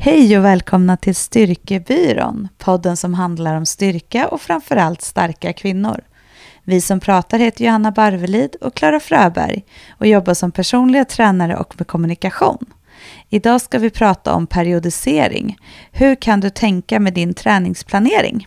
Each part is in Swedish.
Hej och välkomna till Styrkebyrån, podden som handlar om styrka och framförallt starka kvinnor. Vi som pratar heter Johanna Barvelid och Klara Fröberg och jobbar som personliga tränare och med kommunikation. Idag ska vi prata om periodisering. Hur kan du tänka med din träningsplanering?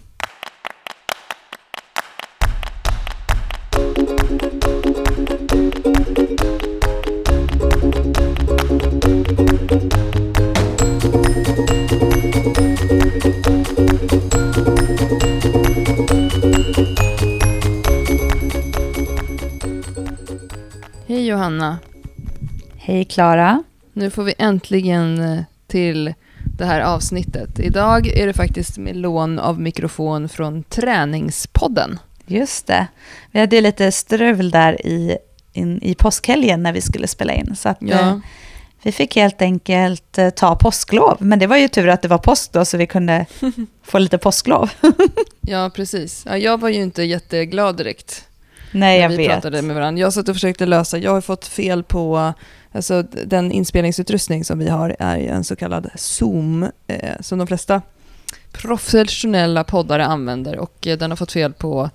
Hej Johanna. Hej Klara. Nu får vi äntligen till det här avsnittet. Idag är det faktiskt med lån av mikrofon från Träningspodden. Just det. Vi hade lite strul där i påskhelgen när vi skulle spela in. Så att vi fick helt enkelt ta påsklov. Men det var ju tur att det var påsk då så vi kunde få lite påsklov. Ja, precis. Ja, jag var ju inte jätteglad direkt. Nej, jag vi vet. Pratade med varandra. Jag satt och försökte lösa. Jag har fått fel på... Alltså, den inspelningsutrustning som vi har är en så kallad Zoom. Som de flesta professionella poddare använder. Och den har fått fel på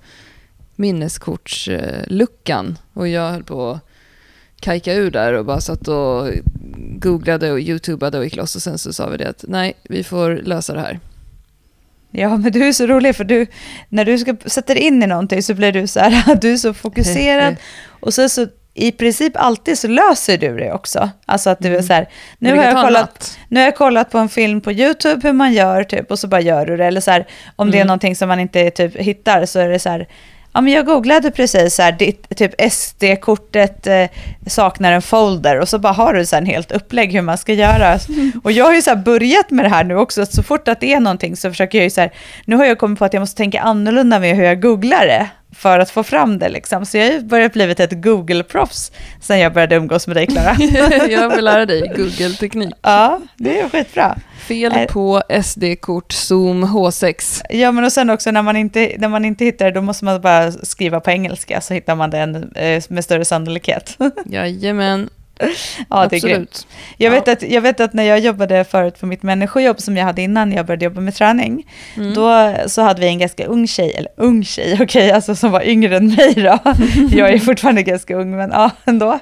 minneskortsluckan. Och jag höll på att kajka ur där och bara satt och googlade och youtubade och gick loss. Och sen så sa vi det att nej, vi får lösa det här. Ja, men du är så rolig för när du ska sätta dig in i någonting så blir du så här, du är så fokuserad och så i princip alltid så löser du det också. Alltså att du är så här, nu har jag kollat på en film på YouTube hur man gör typ och så bara gör du det. Eller så här, om det är någonting som man inte typ hittar så är det så här, ja men jag googlade precis så här, typ SD-kortet saknar en folder och så bara har du så här en helt upplägg hur man ska göra. Och jag har ju så här börjat med det här nu också, att så fort att det är någonting så försöker jag ju så här, nu har jag kommit på att jag måste tänka annorlunda med hur jag googlar det för att få fram det liksom. Så jag har ju börjat blivit ett Google-proffs sen jag började umgås med dig, Klara. Jag vill lära dig Google-teknik. Ja, det är skitbra. Fel på SD-kort Zoom H6. Ja, men och sen också när man inte hittar det, då måste man bara skriva på engelska så hittar man den med större sannolikhet. Jajamän. Ja, det är grymt. Jag vet att när jag jobbade förut på mitt människojobb som jag hade innan jag började jobba med träning, då så hade vi en ganska ung tjej, okej, alltså som var yngre än mig då. Jag är fortfarande ganska ung, men ja, ändå.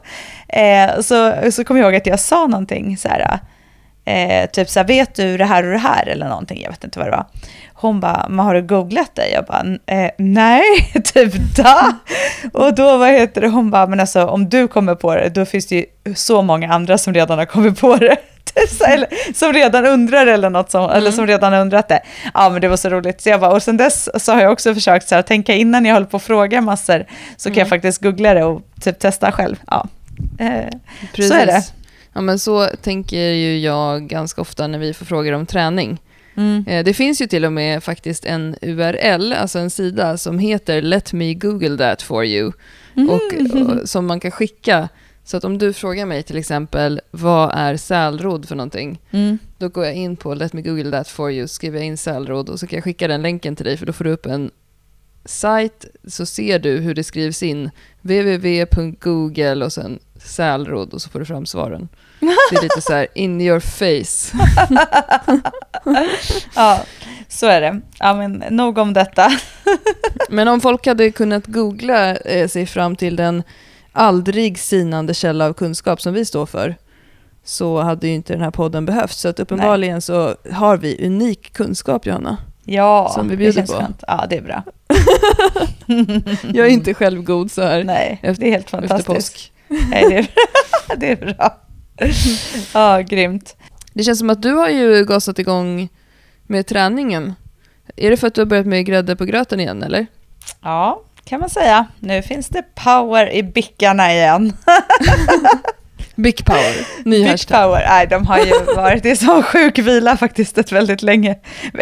Så kom jag ihåg att jag sa någonting så här, typ så här, vet du det här och det här eller någonting, jag vet inte vad det var. Hon bara, men har du googlat det? Jag bara, nej, typ da. Och då, hon bara, men alltså om du kommer på det, då finns det ju så många andra som redan har kommit på det. Eller som redan undrar eller något eller som redan har undrat det. Ja, men det var så roligt. Så jag bara, och sen dess så har jag också försökt så här, tänka innan jag håller på att fråga massor så kan jag faktiskt googla det och typ testa själv. Ja, så är det. Ja, men så tänker ju jag ganska ofta när vi får frågor om träning. Det finns ju till och med faktiskt en URL, alltså en sida som heter Let me google that for you och som man kan skicka. Så att om du frågar mig till exempel, vad är sälrod för någonting? Då går jag in på Let me google that for you, skriver jag in sälrod och så kan jag skicka den länken till dig, för då får du upp en sajt så ser du hur det skrivs in www.google och sen sälrod och så får du fram svaren. Det är lite så här in your face. Ja, så är det. Ja, men nog om detta. Men om folk hade kunnat googla sig fram till den aldrig sinande källa av kunskap som vi står för, så hade ju inte den här podden behövts. Så att uppenbarligen så har vi unik kunskap, Johanna. Ja, som vi bjuder på. Skönt. Ja, det är bra. Jag är inte självgod så här. Nej, det är helt fantastiskt. Efter påsk. Nej, det är bra. Ja, grymt. Det känns som att du har ju gasat igång med träningen. Är det för att du har börjat med grädde på gröten igen, eller? Ja, kan man säga. Nu finns det power i bickarna igen. Big power. Ny hashtag. Big power. Nej, de har ju varit i sån sjuk vila faktiskt ett väldigt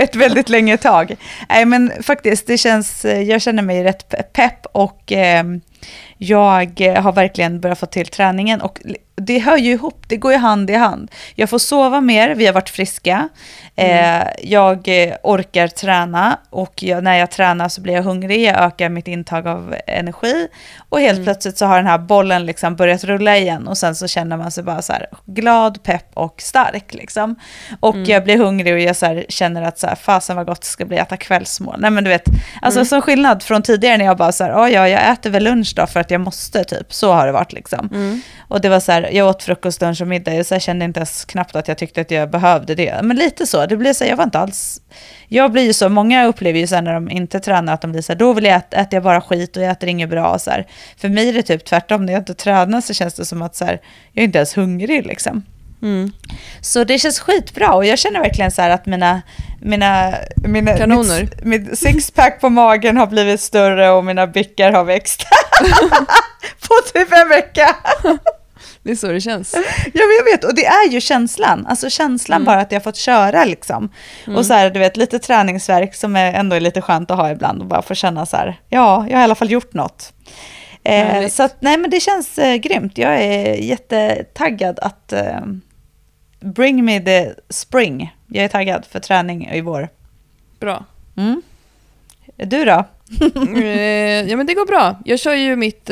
länge tag. Nej, men faktiskt, jag känner mig rätt pepp och Jag har verkligen börjat få till träningen och det hör ju ihop, det går ju hand i hand. Jag får sova mer, vi har varit friska. Jag orkar träna och när jag tränar så blir jag hungrig, jag ökar mitt intag av energi och helt plötsligt så har den här bollen liksom börjat rulla igen och sen så känner man sig bara så här glad, pepp och stark liksom. Och jag blir hungrig och jag så här känner att så här, fasen vad gott det ska bli att äta kvällsmål. Nej men du vet, alltså som skillnad från tidigare när jag bara så här, jag äter väl lunch då för att jag måste typ, så har det varit liksom. Och det var så här, jag åt frukost, lunch och middag och så här, kände inte ens knappt att jag tyckte att jag behövde det. Men lite så, det blir så här, jag var inte alls, jag blir ju så, många upplever ju så här, när de inte tränar att de blir så här, då vill jag äta jag bara skit och jag äter inget bra så här. För mig är det typ tvärtom, när jag inte tränar så känns det som att så här, jag är inte ens hungrig liksom. Så det känns skitbra och jag känner verkligen så här att mina kanoner. Mitt sixpack på magen har blivit större och mina bickar har växt på typ en vecka. Det är så det känns. Ja, jag vet, och det är ju känslan. Alltså känslan bara att jag fått köra liksom. Och så här, du vet, lite träningsverk som ändå är lite skönt att ha ibland och bara få känna så här, ja, jag har i alla fall gjort något. Så att, nej men det känns grymt. Jag är jättetaggad att bring me the spring. Jag är taggad för träning i vår. Bra. Du då? Ja men det går bra. Jag kör ju mitt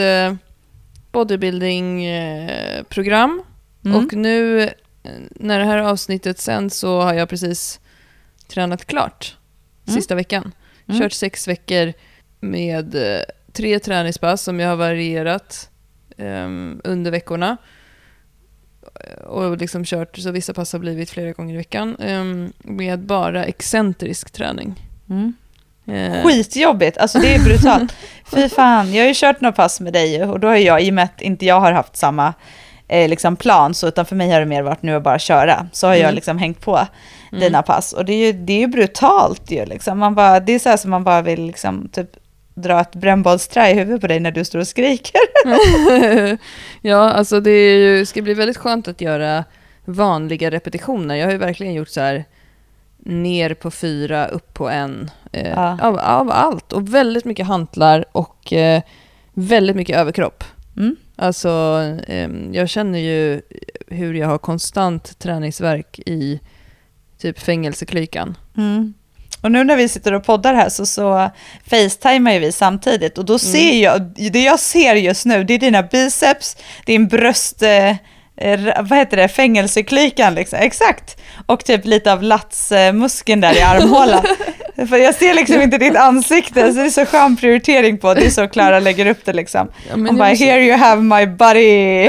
bodybuilding-program och nu när det här avsnittet sen så har jag precis tränat klart sista veckan. Kört 6 veckor med 3 träningspass som jag har varierat under veckorna och liksom kört så vissa pass har blivit flera gånger i veckan med bara excentrisk träning. Skitjobbigt, alltså det är brutalt. Fy fan, jag har ju kört några pass med dig och då har jag, i och med att inte jag har haft samma liksom plan, så utan för mig har det mer varit nu att bara köra, så har jag liksom hängt på dina pass och det är ju brutalt ju liksom. Man bara, det är så här som man bara vill liksom typ dra ett brännbollsträ i huvudet på dig när du står och skriker. Ja, alltså det är ju, ska bli väldigt skönt att göra vanliga repetitioner. Jag har ju verkligen gjort så här ner på 4, upp på 1 av allt. Och väldigt mycket hantlar och väldigt mycket överkropp. Alltså jag känner ju hur jag har konstant träningsverk i typ fängelseklykan. Och nu när vi sitter och poddar här så facetimar ju vi samtidigt och då ser jag, det jag ser just nu, det är dina biceps, din bröst, vad heter det, fängelseklykan liksom, exakt, och typ lite av latsmuskeln där i armhålan. För jag ser liksom inte ditt ansikte, så det är så skön prioritering på, det är så Klara lägger upp det liksom. Ja, bara, here you have my body.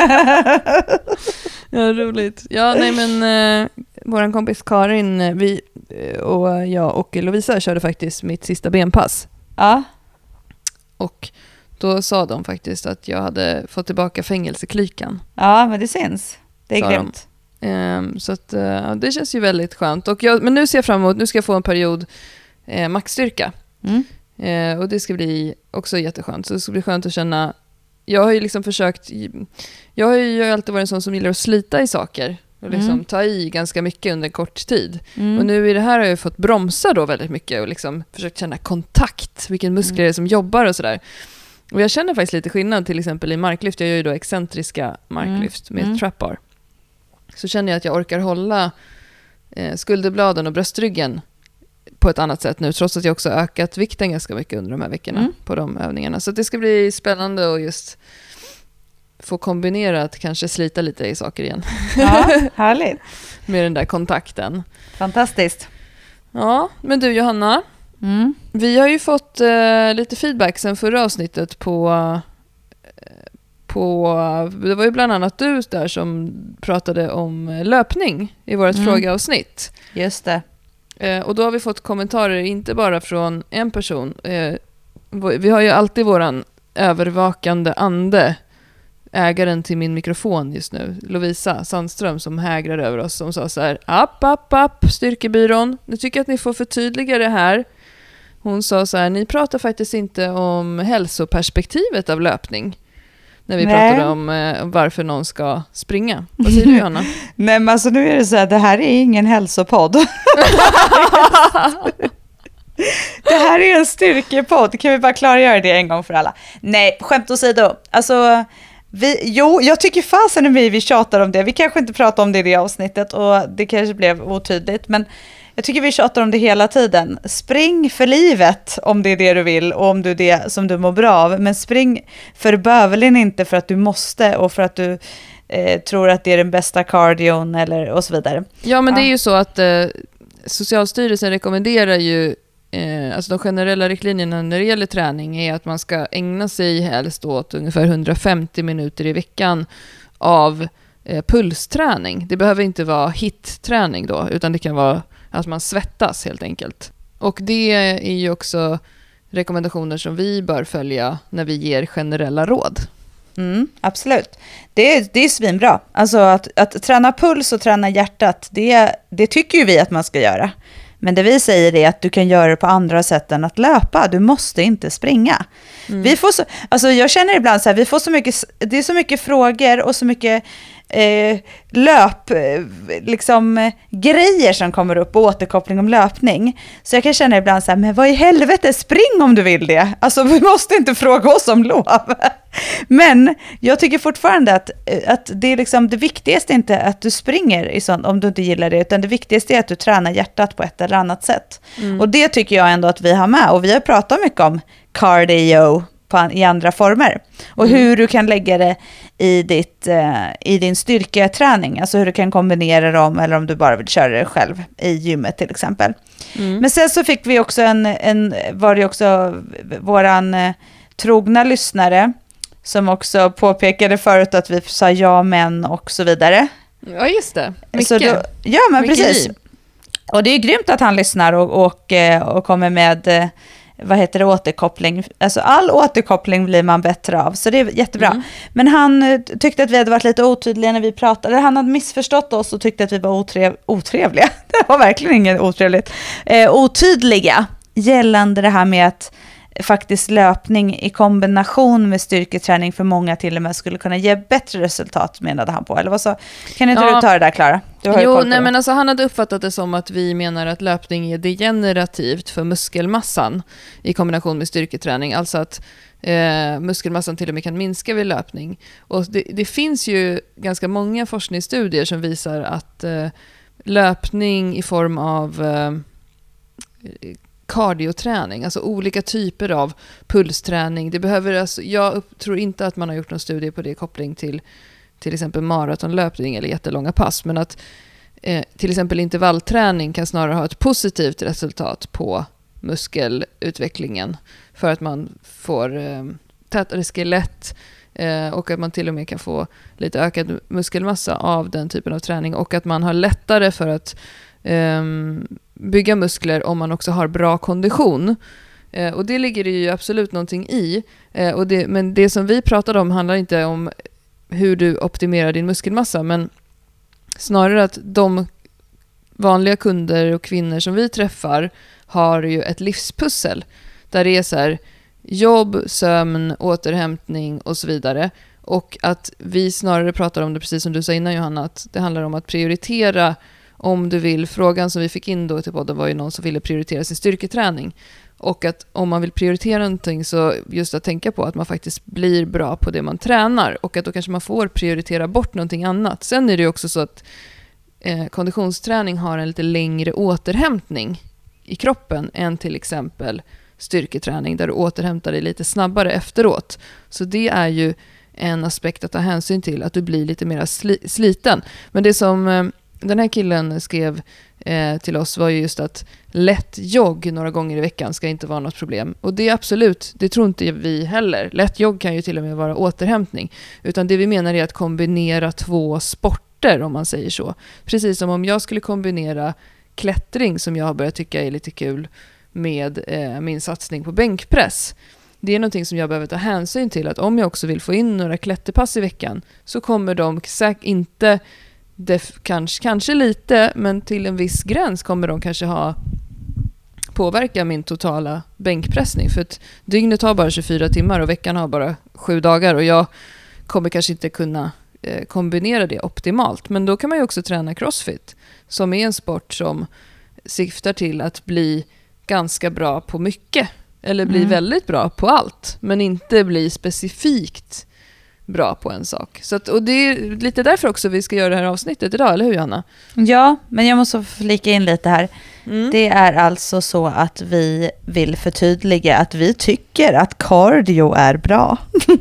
Ja, roligt. Ja, nej men våran kompis Karin, vi och jag och Lovisa körde faktiskt mitt sista benpass. Ja. Och då sa de faktiskt att jag hade fått tillbaka fängelseklykan. Ja, men det syns. Det är grymt. Så att, det känns ju väldigt skönt. Och men nu ser jag fram emot, nu ska jag få en period maxstyrka. Och det ska bli också jätteskönt. Så det ska bli skönt att känna. Jag har ju liksom försökt, jag har ju alltid varit en sån som gillar att slita i saker. Och liksom ta i ganska mycket under en kort tid. Och nu i det här har jag fått bromsa då väldigt mycket. Och liksom försökt känna kontakt. Vilken muskler det är som jobbar och sådär. Och jag känner faktiskt lite skillnad till exempel i marklyft. Jag gör ju då excentriska marklyft med trapbar. Så känner jag att jag orkar hålla skulderbladen och bröstryggen på ett annat sätt nu. Trots att jag också ökat vikten ganska mycket under de här veckorna på de övningarna. Så det ska bli spännande att just få kombinera att kanske slita lite i saker igen. Ja, härligt. Med den där kontakten. Fantastiskt. Ja, men du Johanna, vi har ju fått lite feedback sen förra avsnittet på det var ju bland annat du där som pratade om löpning i vårt frågeavsnitt. Just det. Och då har vi fått kommentarer inte bara från en person. Vi har ju alltid våran övervakande ande, ägaren till min mikrofon just nu, Lovisa Sandström, som hägrar över oss, som sa så här: app, styrkebyrån, nu tycker jag att ni får förtydliga det här. Hon sa så här: ni pratar faktiskt inte om hälsoperspektivet av löpning när vi pratade om varför någon ska springa. Vad säger du, Johanna? Nej, men alltså nu är det så här, det här är ingen hälsopodd. Det här är en styrkepodd. Kan vi bara klargöra det en gång för alla? Nej, skämt åsido. Alltså, jag tycker fasen är mig vi tjatar om det. Vi kanske inte pratar om det i det avsnittet och det kanske blev otydligt. Men jag tycker vi tjatar om det hela tiden. Spring för livet om det är det du vill och om det är det som du mår bra av. Men spring för bövelen, inte för att du måste och för att du tror att det är den bästa cardion eller och så vidare. Ja, men det är ju så att Socialstyrelsen rekommenderar ju alltså de generella riktlinjerna när det gäller träning är att man ska ägna sig helst åt ungefär 150 minuter i veckan av pulsträning. Det behöver inte vara HIIT-träning då, utan det kan vara att man svettas helt enkelt. Och det är ju också rekommendationer som vi bör följa när vi ger generella råd. Absolut. Det är svinbra. Alltså att träna puls och träna hjärtat, det tycker ju vi att man ska göra. Men det vi säger är att du kan göra det på andra sätt än att löpa. Du måste inte springa. Vi får jag känner ibland så här, vi får så mycket, det är så mycket frågor och så mycket grejer som kommer upp och återkoppling om löpning. Så jag kan känna ibland så här, men vad i helvete, spring om du vill det. Alltså vi måste inte fråga oss om lov. Men jag tycker fortfarande att det är liksom det viktigaste inte att du springer i sånt, om du inte gillar det, utan det viktigaste är att du tränar hjärtat på ett eller annat sätt. Och det tycker jag ändå att vi har med, och vi har pratat mycket om cardio i andra former. Och hur du kan lägga det i din styrketräning. Alltså hur du kan kombinera dem, eller om du bara vill köra det själv i gymmet till exempel. Men sen så fick vi också var det också våran trogna lyssnare som också påpekade förut att vi sa ja men och så vidare. Ja, just det. Ja, men precis. Och det är grymt att han lyssnar och kommer med återkoppling. Alltså all återkoppling blir man bättre av, så det är jättebra. Men han tyckte att vi hade varit lite otydliga när vi pratade. Han hade missförstått oss och tyckte att vi var otrevliga. Det var verkligen inget otrevligt. Otydliga gällande det här med att faktiskt löpning i kombination med styrketräning för många till och med skulle kunna ge bättre resultat, menade han på. Eller vad så? Kan inte du ta det där, Klara? Men alltså, han hade uppfattat det som att vi menar att löpning är degenerativt för muskelmassan i kombination med styrketräning. Alltså att muskelmassan till och med kan minska vid löpning. Och det finns ju ganska många forskningsstudier som visar att löpning i form av kardioträning, alltså olika typer av pulsträning. Det behöver, alltså, jag tror inte att man har gjort någon studie på det koppling till exempel maratonlöpning eller jättelånga pass, men att till exempel intervallträning kan snarare ha ett positivt resultat på muskelutvecklingen, för att man får tätare skelett och att man till och med kan få lite ökad muskelmassa av den typen av träning, och att man har lättare för att bygga muskler om man också har bra kondition. Och det ligger det ju absolut någonting i. Men det som vi pratade om handlar inte om hur du optimerar din muskelmassa, men snarare att de vanliga kunder och kvinnor som vi träffar har ju ett livspussel där det är så här: jobb, sömn, återhämtning och så vidare. Och att vi snarare pratar om det, precis som du sa innan, Johanna, att det handlar om att prioritera. Om du vill, frågan som vi fick in då till podden var ju någon som ville prioritera sin styrketräning. Och att om man vill prioritera någonting, så just att tänka på att man faktiskt blir bra på det man tränar. Och att då kanske man får prioritera bort någonting annat. Sen är det ju också så att konditionsträning har en lite längre återhämtning i kroppen än till exempel styrketräning, där du återhämtar dig lite snabbare efteråt. Så det är ju en aspekt att ta hänsyn till, att du blir lite mer sliten. Men det som den här killen skrev till oss var ju just att lätt jogg några gånger i veckan ska inte vara något problem. Och det är absolut, det tror inte vi heller. Lätt jogg kan ju till och med vara återhämtning. Utan det vi menar är att kombinera två sporter, om man säger så. Precis som om jag skulle kombinera klättring, som jag har börjat tycka är lite kul, med min satsning på bänkpress. Det är någonting som jag behöver ta hänsyn till, att om jag också vill få in några klätterpass i veckan, så kommer de säkert inte, kanske lite, men till en viss gräns kommer de kanske påverka min totala bänkpressning. För att dygnet har bara 24 timmar och veckan har bara 7 dagar, och jag kommer kanske inte kunna kombinera det optimalt. Men då kan man ju också träna crossfit, som är en sport som syftar till att bli ganska bra på mycket. Eller bli väldigt bra på allt. Men inte bli specifikt bra på en sak. Så att, och det är lite därför också vi ska göra det här avsnittet idag, eller hur Johanna? Ja, men jag måste flika in lite här. Det är alltså så att vi vill förtydliga att vi tycker att cardio är bra.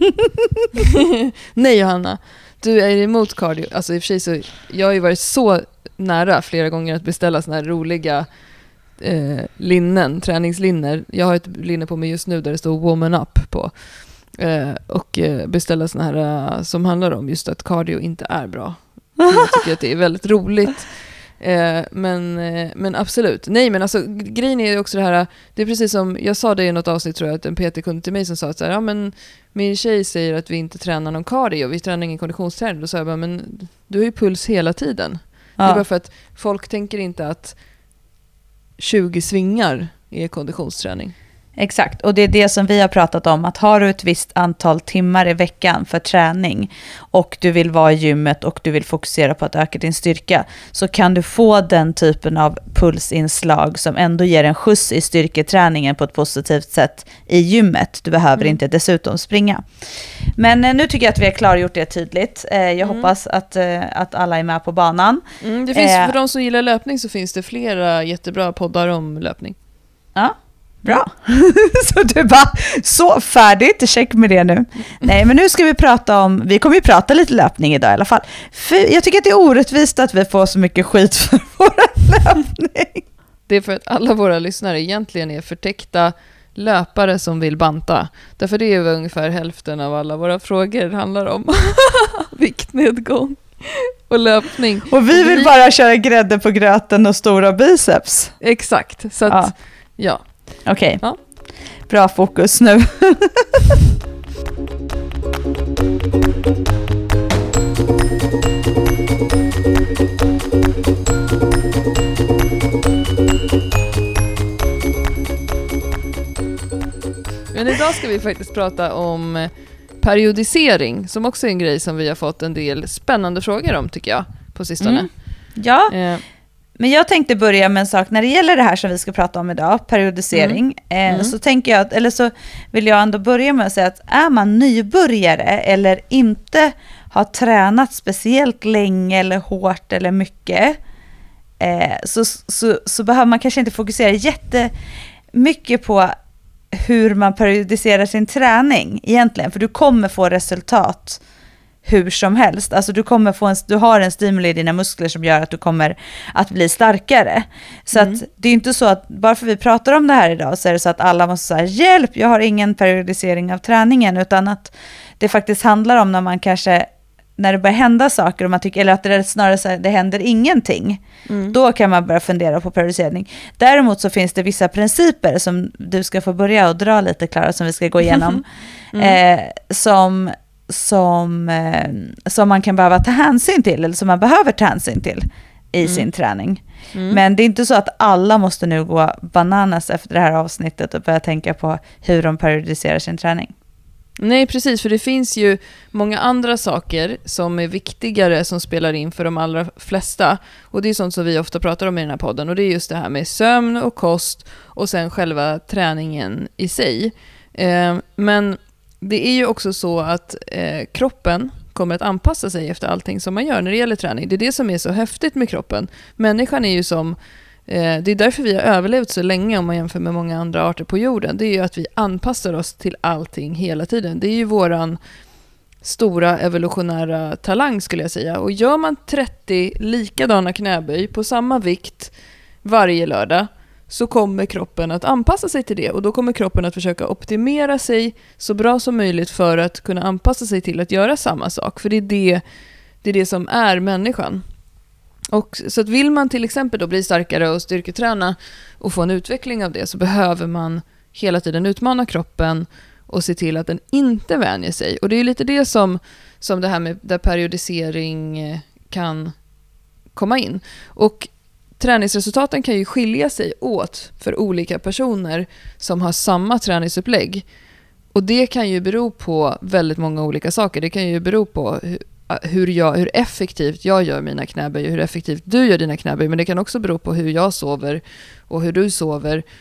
Nej Johanna, du är emot cardio. Alltså i och för sig så, jag har ju varit så nära flera gånger att beställa såna här roliga linnen, träningslinner. Jag har ett linne på mig just nu där det står Woman Up på. Och beställa såna här som handlar om just att cardio inte är bra. Jag tycker att det är väldigt roligt. Men absolut. Nej, men alltså grejen är ju också det här, det är precis som jag sa det i något avsnitt, tror jag, att en PT kunde till mig som sa att så här, ja men min tjej säger att vi inte tränar någon cardio, vi tränar ingen konditionsträning. Då sa jag bara, men du har ju puls hela tiden. Det är bara för att folk tänker inte att 20 svingar är konditionsträning. Exakt, och det är det som vi har pratat om, att har du ett visst antal timmar i veckan för träning och du vill vara i gymmet och du vill fokusera på att öka din styrka, så kan du få den typen av pulsinslag som ändå ger en skjuts i styrketräningen på ett positivt sätt i gymmet. Du behöver inte dessutom springa. Men nu tycker jag att vi har klargjort det tydligt. Jag hoppas att alla är med på banan. Det finns, för de som gillar löpning så finns det flera jättebra poddar om löpning. Ja. Bra. Så du bara, så färdigt, check med det nu. Nej, men nu ska vi kommer ju prata lite löpning idag i alla fall. För jag tycker att det är orättvist att vi får så mycket skit för vår löpning. Det är för att alla våra lyssnare egentligen är förtäckta löpare som vill banta. Därför det är ungefär hälften av alla våra frågor handlar om viktnedgång och löpning. Och vi vill bara köra grädde på gröten och stora biceps. Exakt, så att ja. Okej, Bra fokus nu. Men idag ska vi faktiskt prata om periodisering, som också är en grej som vi har fått en del spännande frågor om, tycker jag, på sistone. Ja, men jag tänkte börja med en sak när det gäller det här som vi ska prata om idag, periodisering. Så tänker jag, eller så vill jag ändå börja med att säga att är man nybörjare eller inte har tränat speciellt länge eller hårt eller mycket, så behöver man kanske inte fokusera jättemycket på hur man periodiserar sin träning egentligen, för du kommer få resultat hur som helst. Alltså du har en stimuli i dina muskler som gör att du kommer att bli starkare. Så att det är inte så att bara för vi pratar om det här idag så är det så att alla måste säga hjälp, jag har ingen periodisering av träningen, utan att det faktiskt handlar om när det börjar hända saker och man tycker, eller att det snarare så det händer ingenting. Då kan man börja fundera på periodisering. Däremot så finns det vissa principer som du ska få börja och dra lite, Klara, som vi ska gå igenom. Som man kan behöva ta hänsyn till, eller som man behöver ta hänsyn till i sin träning. Men det är inte så att alla måste nu gå bananas efter det här avsnittet och börja tänka på hur de periodiserar sin träning. Nej, precis, för det finns ju många andra saker som är viktigare som spelar in för de allra flesta. Och det är sånt som vi ofta pratar om i den här podden. Och det är just det här med sömn och kost och sen själva träningen i sig. Men det är ju också så att kroppen kommer att anpassa sig efter allting som man gör när det gäller träning. Det är det som är så häftigt med kroppen. Människan är ju som... det är därför vi har överlevt så länge om man jämför med många andra arter på jorden. Det är ju att vi anpassar oss till allting hela tiden. Det är ju våran stora evolutionära talang, skulle jag säga. Och gör man 30 likadana knäböj på samma vikt varje lördag, så kommer kroppen att anpassa sig till det. Och då kommer kroppen att försöka optimera sig så bra som möjligt för att kunna anpassa sig till att göra samma sak. För det är det som är människan. Och så att vill man till exempel då bli starkare och styrketräna och få en utveckling av det, så behöver man hela tiden utmana kroppen och se till att den inte vänjer sig. Och det är lite det som det här med där periodisering kan komma in. Och träningsresultaten kan ju skilja sig åt för olika personer som har samma träningsupplägg. Och det kan ju bero på väldigt många olika saker. Det kan ju bero på hur effektivt jag gör mina knäböj och hur effektivt du gör dina knäböj. Men det kan också bero på hur jag sover och hur du sover.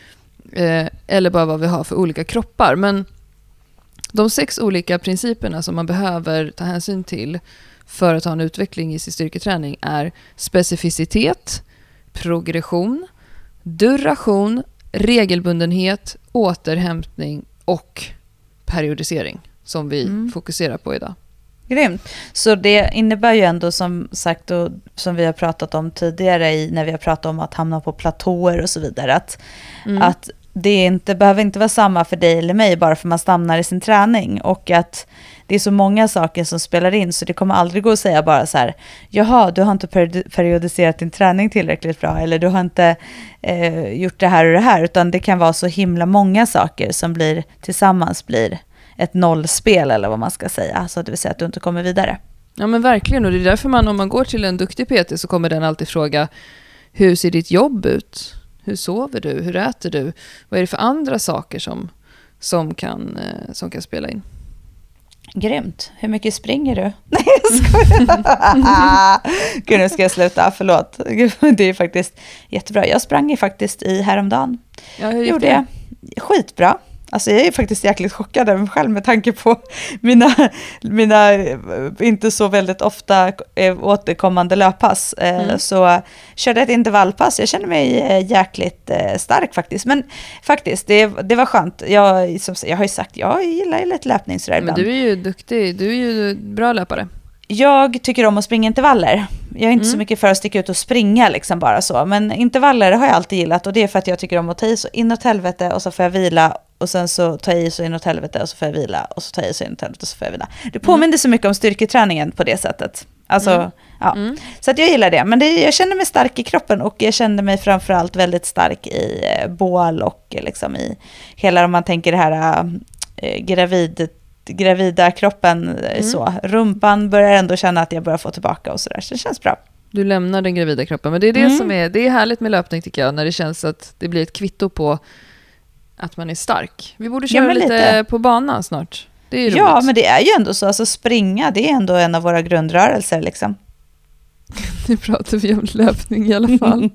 eller bara vad vi har för olika kroppar. Men de 6 olika principerna som man behöver ta hänsyn till för att ha en utveckling i sin styrketräning är specificitet, progression, duration, regelbundenhet, återhämtning och periodisering som vi fokuserar på idag. Grymt. Så det innebär ju ändå som sagt och som vi har pratat om tidigare när vi har pratat om att hamna på platåer och så vidare att det behöver inte vara samma för dig eller mig bara för man stannar i sin träning och att det är så många saker som spelar in så det kommer aldrig gå att säga bara så här, jaha, du har inte periodiserat din träning tillräckligt bra eller du har inte gjort det här och det här, utan det kan vara så himla många saker som tillsammans blir ett nollspel eller vad man ska säga, så det vill säga att du inte kommer vidare. Ja men verkligen, och det är därför om man går till en duktig PT så kommer den alltid fråga, hur ser ditt jobb ut? Hur sover du? Hur äter du? Vad är det för andra saker som kan spela in? Grymt. Hur mycket springer du? Nej, jag skojar. Gud, nu ska jag sluta. Förlåt. Det är faktiskt jättebra. Jag sprang ju faktiskt i häromdagen. Ja, hur gick det? Skitbra. Alltså jag är faktiskt jäkligt chockad över mig själv med tanke på mina inte så väldigt ofta återkommande löppass. Så körde ett intervallpass. Jag kände mig jäkligt stark faktiskt. Men faktiskt, det var skönt. Jag har ju sagt, jag gillar lite löpning sådär ibland. Men du är ju duktig. Du är ju bra löpare. Jag tycker om att springa intervaller. Jag är inte så mycket för att sticka ut och springa liksom bara så. Men intervaller har jag alltid gillat och det är för att jag tycker om att ta i så inåt helvete och så får jag vila och sen så tar jag i så inåt helvete och så får jag vila och så tar jag i så inåt helvete och så får jag vila. Det påminner så mycket om styrketräningen på det sättet. Alltså, ja. Så att jag gillar det. Men jag känner mig stark i kroppen och jag kände mig framförallt väldigt stark i bål och liksom i hela, om man tänker det här gravida kroppen så. Rumpan börjar ändå känna att jag börjar få tillbaka och sådär. Så det känns bra. Du lämnar den gravida kroppen. Men det är det som det är härligt med löpning tycker jag. När det känns att det blir ett kvitto på att man är stark. Vi borde köra lite på banan snart. Det är roligt. Ja, men det är ju ändå så. Alltså springa, det är ändå en av våra grundrörelser liksom. Nu pratar vi om löpning i alla fall.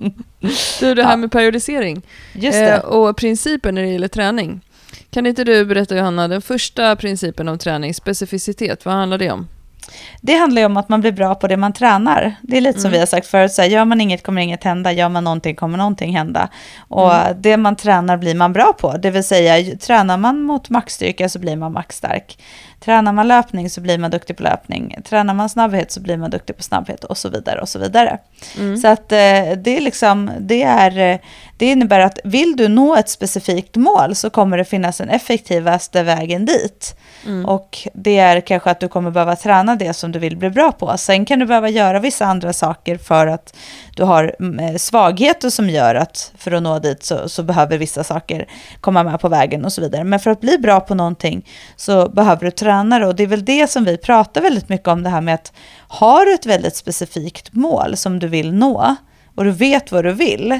Det här med periodisering. Just det. Och principer när det gäller träning. Kan inte du berätta, Johanna, den första principen om träning, specificitet, vad handlar det om? Det handlar ju om att man blir bra på det man tränar. Det är lite som vi har sagt förut, så här, gör man inget kommer inget hända, gör man någonting kommer någonting hända. Och det man tränar blir man bra på. Det vill säga, tränar man mot maxstyrka så blir man maxstark. Tränar man löpning så blir man duktig på löpning. Tränar man snabbhet så blir man duktig på snabbhet och så vidare och så vidare. Så att det är liksom, det innebär att vill du nå ett specifikt mål så kommer det finnas en effektivaste vägen dit. Och det är kanske att du kommer behöva träna det som du vill bli bra på. Sen kan du behöva göra vissa andra saker för att du har svagheter som gör att för att nå dit så behöver vissa saker komma med på vägen och så vidare. Men för att bli bra på någonting så behöver du träna det. Och det är väl det som vi pratar väldigt mycket om, det här med att har du ett väldigt specifikt mål som du vill nå och du vet vad du vill,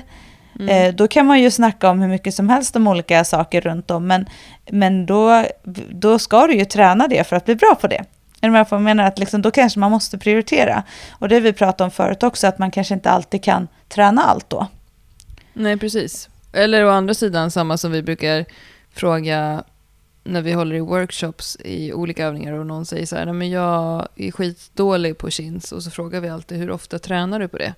då kan man ju snacka om hur mycket som helst om olika saker runt om. Men då ska du ju träna det för att bli bra på det. Jag menar att liksom, då kanske man måste prioritera. Och det vi pratade om förut också, att man kanske inte alltid kan träna allt då. Nej, precis. Eller å andra sidan, samma som vi brukar fråga när vi håller i workshops i olika övningar och någon säger så här, nej men jag är skitdålig på chins, och så frågar vi alltid, hur ofta tränar du på det?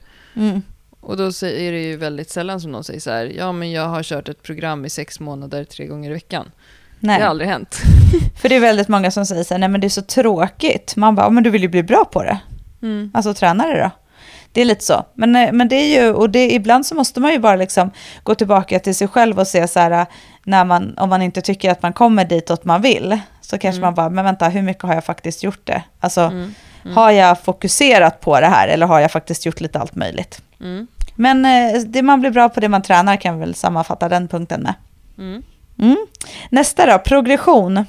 Och då är det ju väldigt sällan som någon säger så här, ja men jag har kört ett program i 6 månader 3 gånger i veckan. Nej. Det har aldrig hänt. För det är väldigt många som säger så här, nej men det är så tråkigt. Man bara, men du vill ju bli bra på det. Alltså träna det då. Det är lite så. Men det är ju, och ibland så måste man ju bara liksom gå tillbaka till sig själv och se så här, om man inte tycker att man kommer ditåt man vill, så kanske man bara, men vänta, hur mycket har jag faktiskt gjort det? Alltså, har jag fokuserat på det här eller har jag faktiskt gjort lite allt möjligt? Men det man blir bra på det man tränar kan väl sammanfatta den punkten med. Nästa då, progression.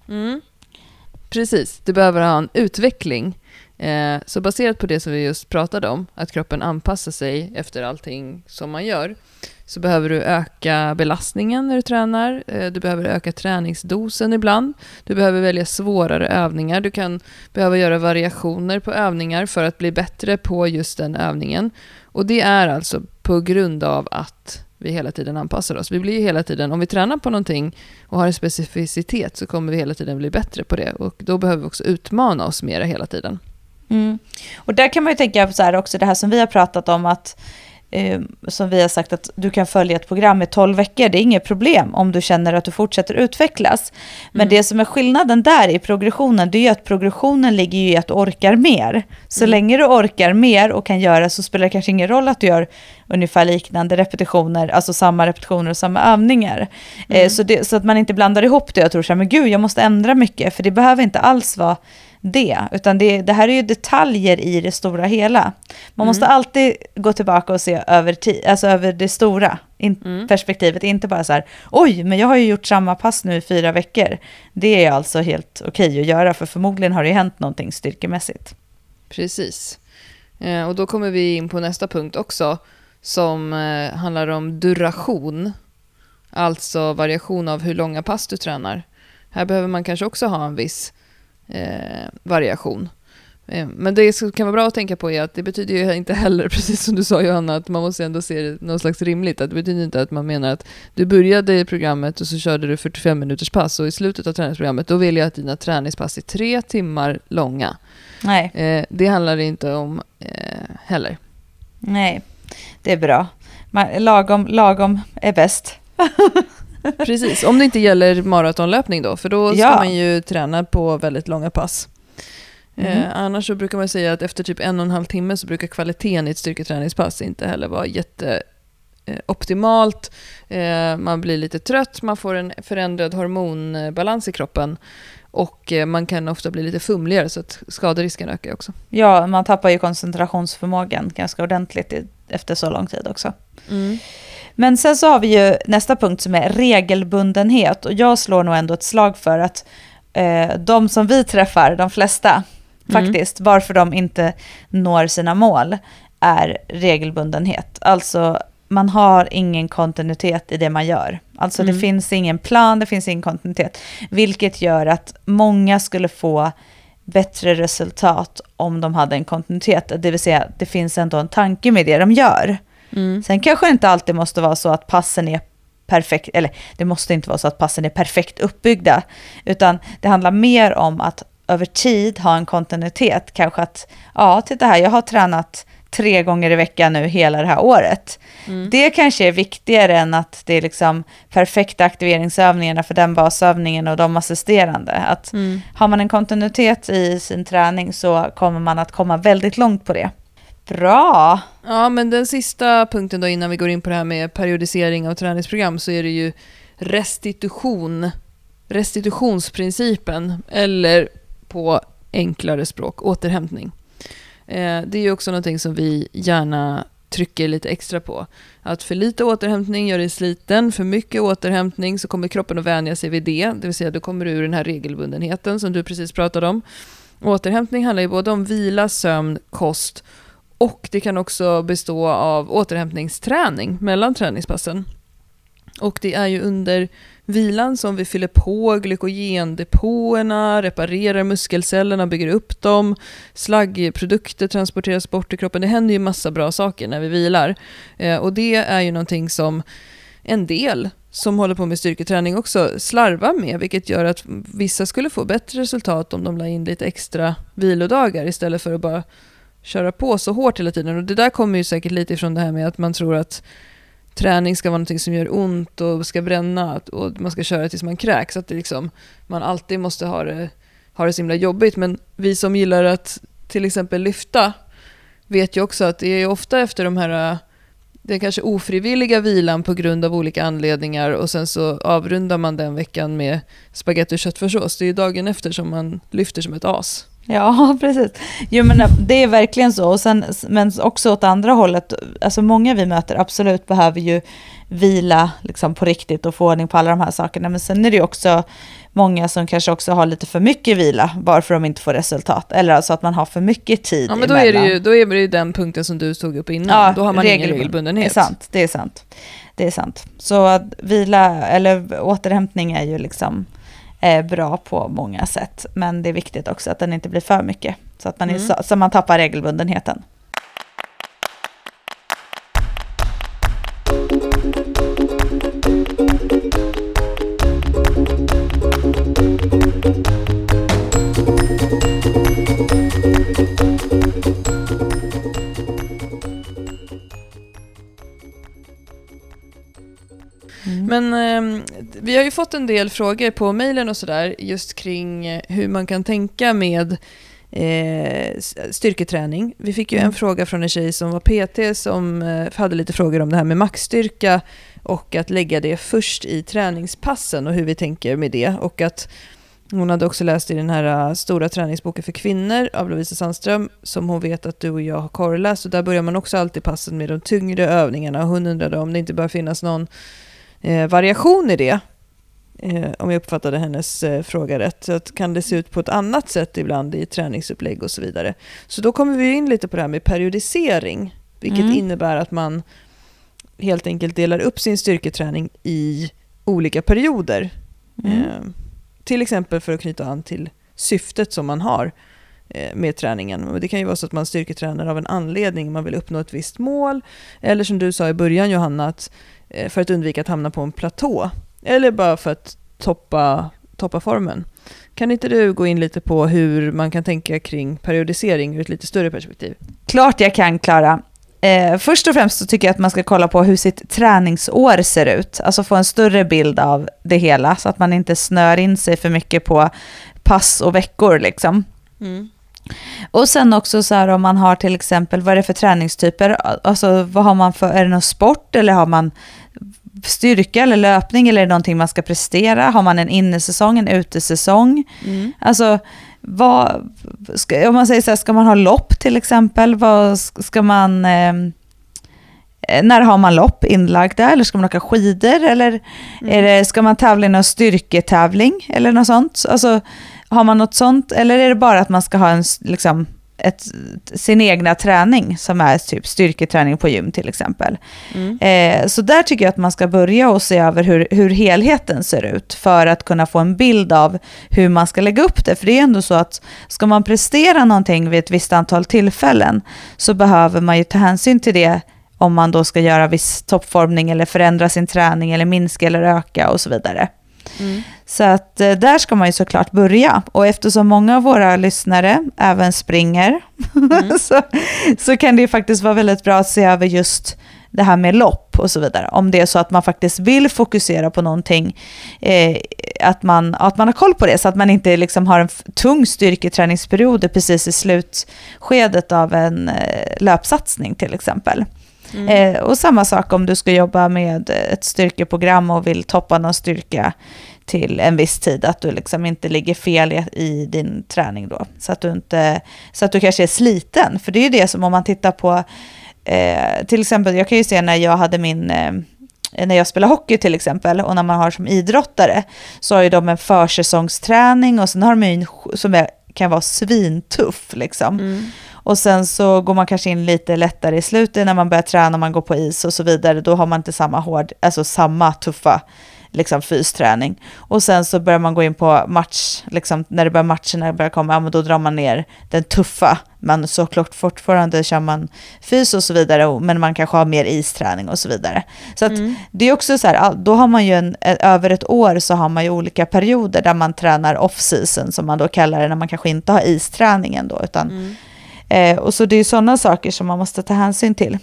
Precis, du behöver ha en utveckling. Så baserat på det som vi just pratade om, att kroppen anpassar sig efter allting som man gör, så behöver du öka belastningen när du tränar. Du behöver öka träningsdosen ibland. Du behöver välja svårare övningar. Du kan behöva göra variationer på övningar för att bli bättre på just den övningen. Och det är alltså på grund av att vi hela tiden anpassar oss. Vi blir ju hela tiden, om vi tränar på någonting och har en specificitet, så kommer vi hela tiden bli bättre på det. Och då behöver vi också utmana oss mer hela tiden. Och där kan man ju tänka på så här också, det här som vi har pratat om, att som vi har sagt, att du kan följa ett program i 12 veckor, det är inget problem om du känner att du fortsätter utvecklas. Men det som är skillnaden där i progressionen, det är ju att progressionen ligger ju i att du orkar mer. Så länge du orkar mer och kan göra, så spelar det kanske ingen roll att du gör ungefär liknande repetitioner, alltså samma repetitioner och samma övningar. Så att man inte blandar ihop det och tror så här, men gud, jag måste ändra mycket, för det behöver inte alls vara det, utan det här är ju detaljer i det stora hela. Man måste alltid gå tillbaka och se över tid, alltså över det stora perspektivet, inte bara så här, oj, men jag har ju gjort samma pass nu i 4 veckor. Det är alltså helt okej att göra, för förmodligen har det hänt någonting styrkemässigt. Precis. Och då kommer vi in på nästa punkt också, som handlar om duration, alltså variation av hur långa pass du tränar. Här behöver man kanske också ha en viss variation. Men det som kan vara bra att tänka på är att det betyder ju inte heller, precis som du sa Johanna, att man måste ändå se det något slags rimligt. Att det betyder inte att man menar att du började i programmet och så körde du 45 minuters pass, och i slutet av träningsprogrammet då vill jag att dina träningspass är 3 timmar långa. Nej. Det handlar det inte om heller. Nej, det är bra. Lagom är bäst. Precis, om det inte gäller maratonlöpning då, för då ska man ju träna på väldigt långa pass. Annars så brukar man säga att efter typ 1,5 timme så brukar kvaliteten i ett styrketräningspass inte heller vara jätteoptimalt. Man blir lite trött, man får en förändrad hormonbalans i kroppen, och man kan ofta bli lite fumligare, så att skaderisken ökar också. Ja, man tappar ju koncentrationsförmågan ganska ordentligt efter så lång tid också. Men sen så har vi ju nästa punkt som är regelbundenhet, och jag slår nog ändå ett slag för att de som vi träffar, de flesta faktiskt, varför de inte når sina mål är regelbundenhet. Alltså man har ingen kontinuitet i det man gör. Alltså det finns ingen plan, det finns ingen kontinuitet, vilket gör att många skulle få bättre resultat om de hade en kontinuitet. Det vill säga, det finns ändå en tanke med det de gör. Sen kanske det inte alltid måste vara så att passen är perfekt, eller det måste inte vara så att passen är perfekt uppbyggda, utan det handlar mer om att över tid ha en kontinuitet. Kanske att, titta här, jag har tränat 3 gånger i veckan nu hela det här året. Det kanske är viktigare än att det är liksom perfekta aktiveringsövningarna för den basövningen och de assisterande. Att har man en kontinuitet i sin träning, så kommer man att komma väldigt långt på det. Bra! Ja, men den sista punkten då, innan vi går in på det här med periodisering av träningsprogram, så är det ju restitutionsprincipen, eller på enklare språk, återhämtning. Det är ju också någonting som vi gärna trycker lite extra på. Att för lite återhämtning gör dig sliten, för mycket återhämtning så kommer kroppen att vänja sig vid det. Det vill säga, du kommer ur den här regelbundenheten som du precis pratade om. Återhämtning handlar ju både om vila, sömn, kost, och det kan också bestå av återhämtningsträning mellan träningspassen. Och det är ju under vilan som vi fyller på glykogendepåerna, reparerar muskelcellerna, bygger upp dem, slaggprodukter transporteras bort i kroppen. Det händer ju massa bra saker när vi vilar. Och det är ju någonting som en del som håller på med styrketräning också slarvar med, vilket gör att vissa skulle få bättre resultat om de la in lite extra vilodagar istället för att bara köra på så hårt hela tiden. Och det där kommer ju säkert lite ifrån det här med att man tror att träning ska vara någonting som gör ont och ska bränna, och man ska köra tills man kräks, så att det liksom, man alltid måste ha det så himla jobbigt. Men vi som gillar att till exempel lyfta vet ju också att det är ofta efter de här, det är kanske ofrivilliga vilan på grund av olika anledningar, och sen så avrundar man den veckan med spaghetti och köttfärssås. Det är ju dagen efter som man lyfter som ett as. Ja, precis. Jo, men det är verkligen så. Och sen, men också åt andra hållet, alltså många vi möter absolut behöver ju vila liksom på riktigt och få ordning på alla de här sakerna. Men sen är det ju också många som kanske också har lite för mycket vila, varför de inte får resultat. Eller alltså att man har för mycket tid. Ja, men då är det ju den punkten som du tog upp innan. Ja, då har man ingen regelbundenhet. Det är sant. Så att vila eller återhämtning är ju liksom bra på många sätt, men det är viktigt också att den inte blir för mycket, så att man så man tappar regelbundenheten. Men vi har ju fått en del frågor på mejlen och sådär just kring hur man kan tänka med styrketräning. Vi fick ju en fråga från en tjej som var PT som hade lite frågor om det här med maxstyrka och att lägga det först i träningspassen och hur vi tänker med det. Och att hon hade också läst i den här stora träningsboken för kvinnor av Lovisa Sandström som hon vet att du och jag har korreläst. Och där börjar man också alltid passen med de tyngre övningarna. Och hon undrade om det inte bör finnas någon variation i det. Om jag uppfattade hennes fråga rätt. Så att kan det se ut på ett annat sätt ibland i träningsupplägg och så vidare. Så då kommer vi in lite på det här med periodisering. Vilket innebär att man helt enkelt delar upp sin styrketräning i olika perioder. Till exempel för att knyta an till syftet som man har med träningen. Och det kan ju vara så att man styrketränar av en anledning. Man vill uppnå ett visst mål. Eller som du sa i början, Johanna, att för att undvika att hamna på en platå. Eller bara för att toppa formen. Kan inte du gå in lite på hur man kan tänka kring periodisering ur ett lite större perspektiv? Klart jag kan, Klara. Först och främst så tycker jag att man ska kolla på hur sitt träningsår ser ut. Alltså få en större bild av det hela så att man inte snör in sig för mycket på pass och veckor liksom. Och sen också så här om man har till exempel, vad är det för träningstyper? Alltså vad har man för, är det någon sport eller har man styrka eller löpning eller är det någonting man ska prestera? Har man en innesäsong, en utesäsong? Alltså om man säger så här, ska man ha lopp till exempel? Vad ska man när har man lopp inlagda? Eller ska man åka skidor? Eller ska man tävla i någon styrketävling? Eller något sånt? Alltså har man något sånt? Eller är det bara att man ska ha en liksom sin egna träning som är typ styrketräning på gym till exempel. Så där tycker jag att man ska börja och se över hur helheten ser ut för att kunna få en bild av hur man ska lägga upp det. För det är ändå så att ska man prestera någonting vid ett visst antal tillfällen så behöver man ju ta hänsyn till det om man då ska göra viss toppformning eller förändra sin träning eller minska eller öka och så vidare. Så att där ska man ju såklart börja. Och eftersom många av våra lyssnare även springer så kan det ju faktiskt vara väldigt bra att se över just det här med lopp och så vidare. Om det är så att man faktiskt vill fokusera på någonting, att man har koll på det så att man inte liksom har en tung styrketräningsperiod precis i slutskedet av en löpsatsning till exempel. Och samma sak om du ska jobba med ett styrkeprogram och vill toppa någon styrka till en viss tid, att du liksom inte ligger fel i din träning då, så att du kanske är sliten, för det är ju det som om man tittar på till exempel, jag kan ju se när jag hade när jag spelar hockey till exempel och när man har som idrottare så har ju de en försäsongsträning och sen har de en som kan vara svintuff liksom. Och sen så går man kanske in lite lättare i slutet när man börjar träna, man går på is och så vidare. Då har man inte samma tuffa liksom fysträning. Och sen så börjar man gå in på match, liksom, när matcherna börjar komma, men då drar man ner den tuffa. Men såklart fortfarande kör man fys och så vidare, men man kanske har mer isträning och så vidare. Så att det är också så här, då har man ju över ett år så har man ju olika perioder där man tränar off-season som man då kallar det, när man kanske inte har isträningen då, utan och så det är sådana saker som man måste ta hänsyn till.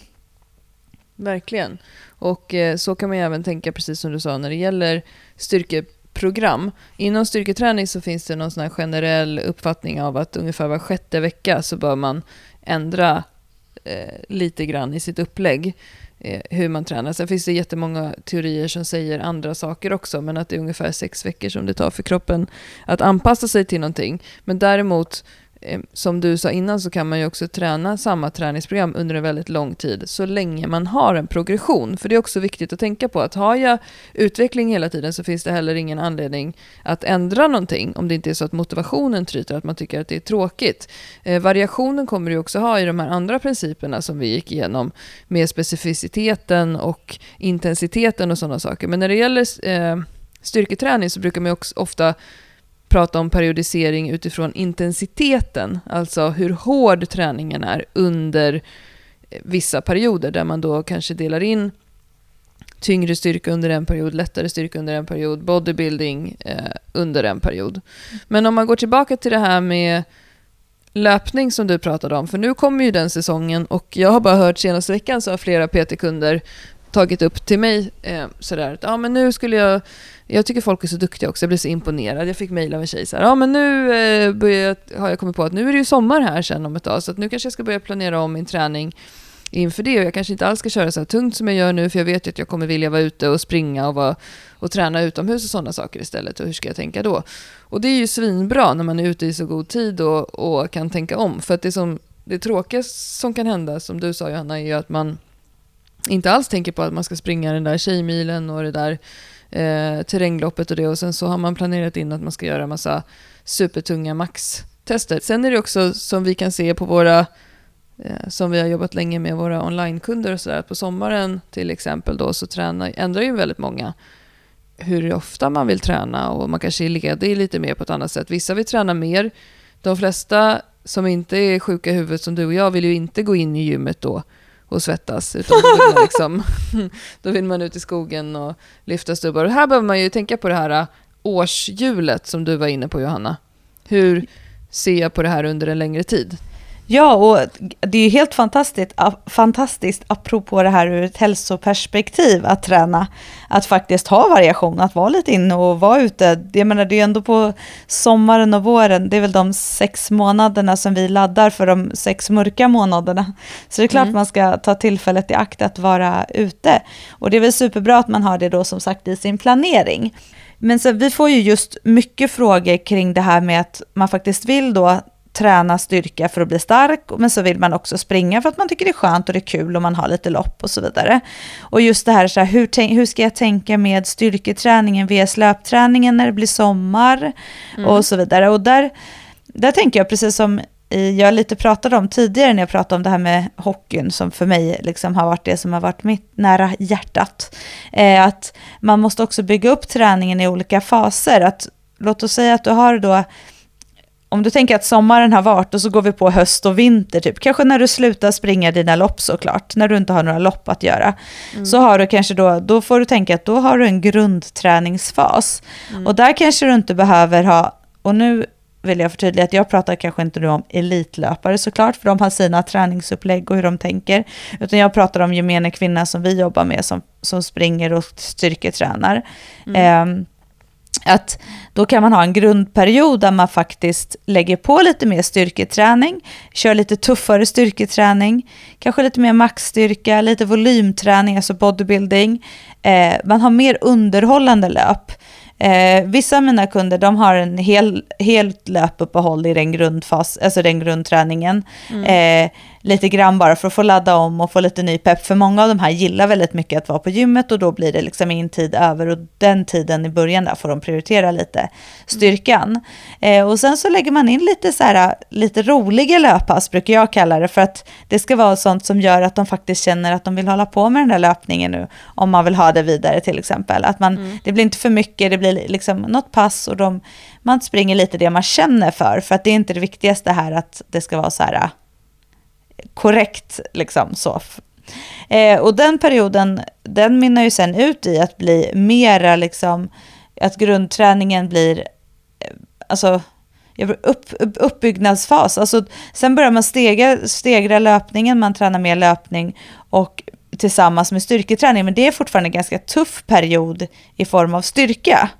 Verkligen. Och så kan man ju även tänka, precis som du sa, när det gäller styrkeprogram. Inom styrketräning så finns det någon sån här generell uppfattning av att ungefär var 6:e vecka så bör man ändra lite grann i sitt upplägg hur man tränar. Sen finns det jättemånga teorier som säger andra saker också, men att det är ungefär 6 veckor som det tar för kroppen att anpassa sig till någonting. Men däremot, som du sa innan, så kan man ju också träna samma träningsprogram under en väldigt lång tid så länge man har en progression. För det är också viktigt att tänka på att har jag utveckling hela tiden så finns det heller ingen anledning att ändra någonting om det inte är så att motivationen tryter, att man tycker att det är tråkigt. Variationen kommer du också ha i de här andra principerna som vi gick igenom med specificiteten och intensiteten och sådana saker. Men när det gäller styrketräning så brukar man också ofta prata om periodisering utifrån intensiteten, alltså hur hård träningen är under vissa perioder, där man då kanske delar in tyngre styrka under en period, lättare styrka under en period, bodybuilding under en period. Men om man går tillbaka till det här med löpning som du pratade om, för nu kommer ju den säsongen och jag har bara hört senaste veckan så har flera PT-kunder tagit upp till mig sådär att men nu skulle jag tycker folk är så duktiga också, jag blir så imponerad. Jag fick mejl av en tjej såhär, men nu har jag kommit på att nu är det ju sommar här sen om ett tag, så att nu kanske jag ska börja planera om min träning inför det, och jag kanske inte alls ska köra så här tungt som jag gör nu, för jag vet ju att jag kommer vilja vara ute och springa och träna utomhus och sådana saker istället, och hur ska jag tänka då? Och det är ju svinbra när man är ute i så god tid och kan tänka om, för att det tråkiga som kan hända, som du sa Johanna, är ju att man inte alls tänker på att man ska springa den där tjejmilen och det där terrängloppet och det, och sen så har man planerat in att man ska göra en massa supertunga max-tester. Sen är det också, som vi kan se på våra som vi har jobbat länge med våra onlinekunder och sådär, på sommaren till exempel då, så ändrar ju väldigt många hur ofta man vill träna, och man kanske är ledig lite mer på ett annat sätt. Vissa vill träna mer. De flesta som inte är sjuka i huvudet som du och jag vill ju inte gå in i gymmet då och svettas, utan då vill man ut i skogen och lyfta stubbar. Och här behöver man ju tänka på det här årshjulet som du var inne på, Johanna. Hur ser jag på det här under en längre tid? Ja, och det är ju helt fantastiskt apropå det här ur ett hälsoperspektiv att träna, att faktiskt ha variation, att vara lite inne och vara ute. Jag menar, det är ändå på sommaren och våren, det är väl de 6 månaderna som vi laddar för de 6 mörka månaderna. Så det är klart man ska ta tillfället i akt att vara ute. Och det är väl superbra att man har det då som sagt i sin planering. Men så vi får ju just mycket frågor kring det här med att man faktiskt vill då träna styrka för att bli stark, men så vill man också springa för att man tycker det är skönt och det är kul och man har lite lopp och så vidare. Och just det här, hur ska jag tänka med styrketräningen vs löpträningen när det blir sommar och så vidare. Och där tänker jag, precis som jag lite pratade om tidigare när jag pratade om det här med hockeyn, som för mig liksom har varit det som har varit mitt nära hjärtat, att man måste också bygga upp träningen i olika faser. Att, låt oss säga att du har då, om du tänker att sommaren har varit och så går vi på höst och vinter typ, kanske när du slutar springa dina lopp såklart, när du inte har några lopp att göra, så har du kanske då får du tänka att då har du en grundträningsfas. Och där kanske du inte behöver ha, och nu vill jag förtydliga att jag pratar kanske inte nu om elitlöpare såklart, för de har sina träningsupplägg och hur de tänker, utan jag pratar om gemene kvinna som vi jobbar med, som springer och styrketränar. Att då kan man ha en grundperiod där man faktiskt lägger på lite mer styrketräning, kör lite tuffare styrketräning, kanske lite mer maxstyrka, lite volymträning, alltså bodybuilding. Man har mer underhållande löp. Vissa av mina kunder, de har en helt löpuppehåll i den grundfas, alltså den grundträningen. Lite grann bara för att få ladda om och få lite ny pepp. För många av de här gillar väldigt mycket att vara på gymmet, och då blir det liksom en tid över, och den tiden i början där får de prioritera lite styrkan. Och sen så lägger man in lite roliga löppass, brukar jag kalla det, för att det ska vara sånt som gör att de faktiskt känner att de vill hålla på med den där löpningen nu, om man vill ha det vidare till exempel. Att det blir inte för mycket, det blir liksom något pass, och man springer lite det man känner för att det är inte det viktigaste här att det ska vara så här korrekt liksom så. Och den perioden, den minnar ju sen ut i att bli mera liksom, att grundträningen blir alltså uppbyggnadsfas. Alltså, sen börjar man stegra löpningen, man tränar mer löpning och tillsammans med styrketräning, men det är fortfarande en ganska tuff period i form av styrka.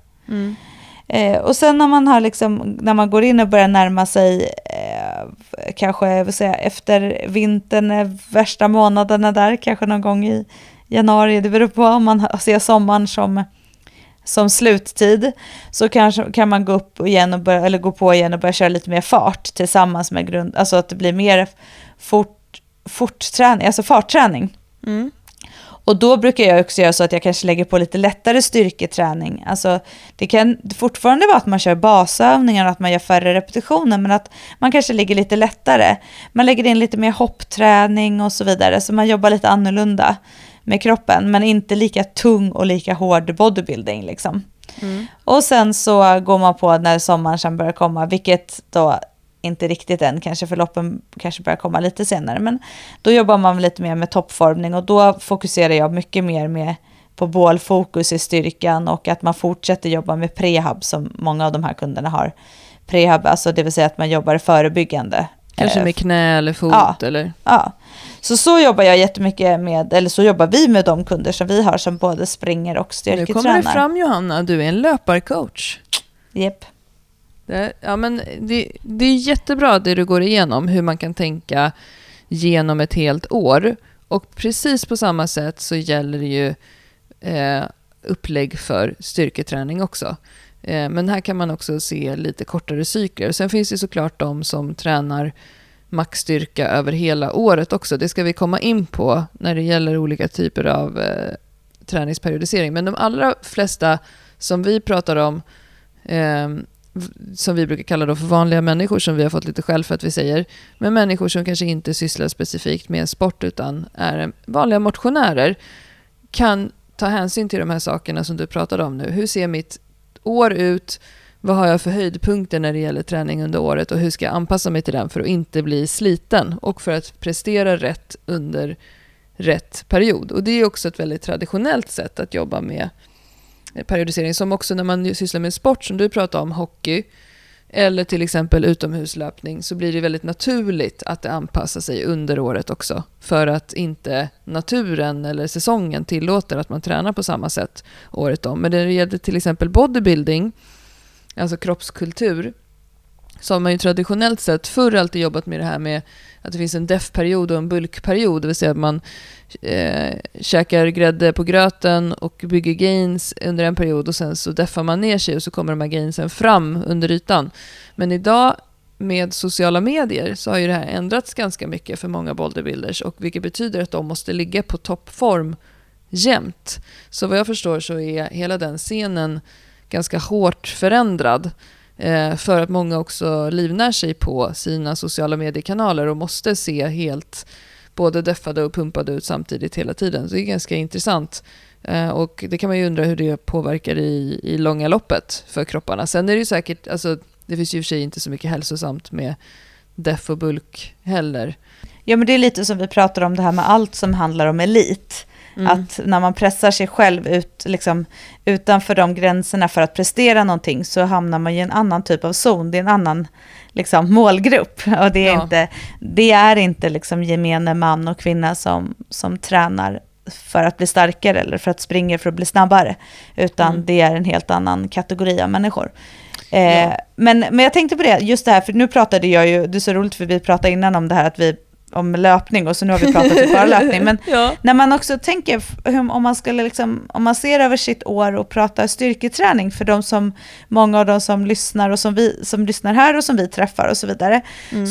Och sen när man har liksom, när man går in och börjar närma sig kanske jag vill säga, efter vintern, värsta månaderna där, kanske någon gång i januari, det beror på om man ser sommaren som sluttid, så kanske kan man gå upp igen och börja, eller gå på igen och börja köra lite mer fart tillsammans med grund, alltså att det blir mer fortträning, alltså fartträning. Och då brukar jag också göra så att jag kanske lägger på lite lättare styrketräning. Alltså det kan fortfarande vara att man kör basövningar och att man gör färre repetitioner, men att man kanske ligger lite lättare. Man lägger in lite mer hoppträning och så vidare, så man jobbar lite annorlunda med kroppen, men inte lika tung och lika hård bodybuilding liksom. Och sen så går man på när sommaren sen börjar komma, vilket då inte riktigt än, kanske för loppen kanske börjar komma lite senare, men då jobbar man lite mer med toppformning, och då fokuserar jag mycket mer på bålfokus i styrkan, och att man fortsätter jobba med prehab, som många av de här kunderna har. Prehab, alltså det vill säga att man jobbar förebyggande. Kanske med knä eller fot eller? Ja, Så jobbar jag jättemycket med, eller så jobbar vi med de kunder som vi har som både springer och styrketränar. Nu kommer det fram, Johanna, du är en löparcoach. Japp. Ja, men det är jättebra det du går igenom, hur man kan tänka genom ett helt år. Och precis på samma sätt så gäller det ju upplägg för styrketräning också. Men här kan man också se lite kortare cykler. Sen finns det såklart de som tränar maxstyrka över hela året också. Det ska vi komma in på när det gäller olika typer av träningsperiodisering. Men de allra flesta som vi pratar om, som vi brukar kalla då för vanliga människor, som vi har fått lite skäll för att vi säger, men människor som kanske inte sysslar specifikt med sport utan är vanliga motionärer, kan ta hänsyn till de här sakerna som du pratade om nu. Hur ser mitt år ut? Vad har jag för höjdpunkter när det gäller träning under året? Och hur ska jag anpassa mig till den för att inte bli sliten? Och för att prestera rätt under rätt period. Och det är också ett väldigt traditionellt sätt att jobba med periodisering. Som också när man sysslar med sport, som du pratade om, hockey eller till exempel utomhuslöpning, så blir det väldigt naturligt att det anpassar sig under året också. För att inte naturen eller säsongen tillåter att man tränar på samma sätt året om. Men när det gäller till exempel bodybuilding, alltså kroppskultur, så har man ju traditionellt sett förr alltid jobbat med det här med att det finns en def-period och en bulkperiod. Det vill säga att man käkar grädde på gröten och bygger gains under en period och sen så deffar man ner sig och så kommer de här gainsen fram under ytan. Men idag med sociala medier så har ju det här ändrats ganska mycket för många bodybuilders, och vilket betyder att de måste ligga på toppform jämt. Så vad jag förstår så är hela den scenen ganska hårt förändrad, för att många också livnär sig på sina sociala mediekanaler och måste se helt både deffade och pumpade ut samtidigt hela tiden. Så det är ganska intressant. Och det kan man ju undra hur det påverkar i långa loppet för kropparna. Sen är det ju säkert, alltså, det finns ju i och för sig inte så mycket hälsosamt med deff och bulk heller. Ja, men det är lite som vi pratar om det här med allt som handlar om elit. Att när man pressar sig själv ut, liksom, utanför de gränserna för att prestera någonting, så hamnar man i en annan typ av zon. Det är en annan liksom, målgrupp. Och det är inte liksom, gemene man och kvinna som tränar för att bli starkare eller för att springa för att bli snabbare. Utan det är en helt annan kategori av människor. Men jag tänkte på det, just det här, för nu pratade jag ju, det är så roligt för vi pratade innan om det här att om löpning, och så nu har vi pratat om bara löpning, men när man också tänker om man skulle liksom, om man ser över sitt år och pratar styrketräning för många av de som lyssnar och som lyssnar här och som vi träffar och så vidare,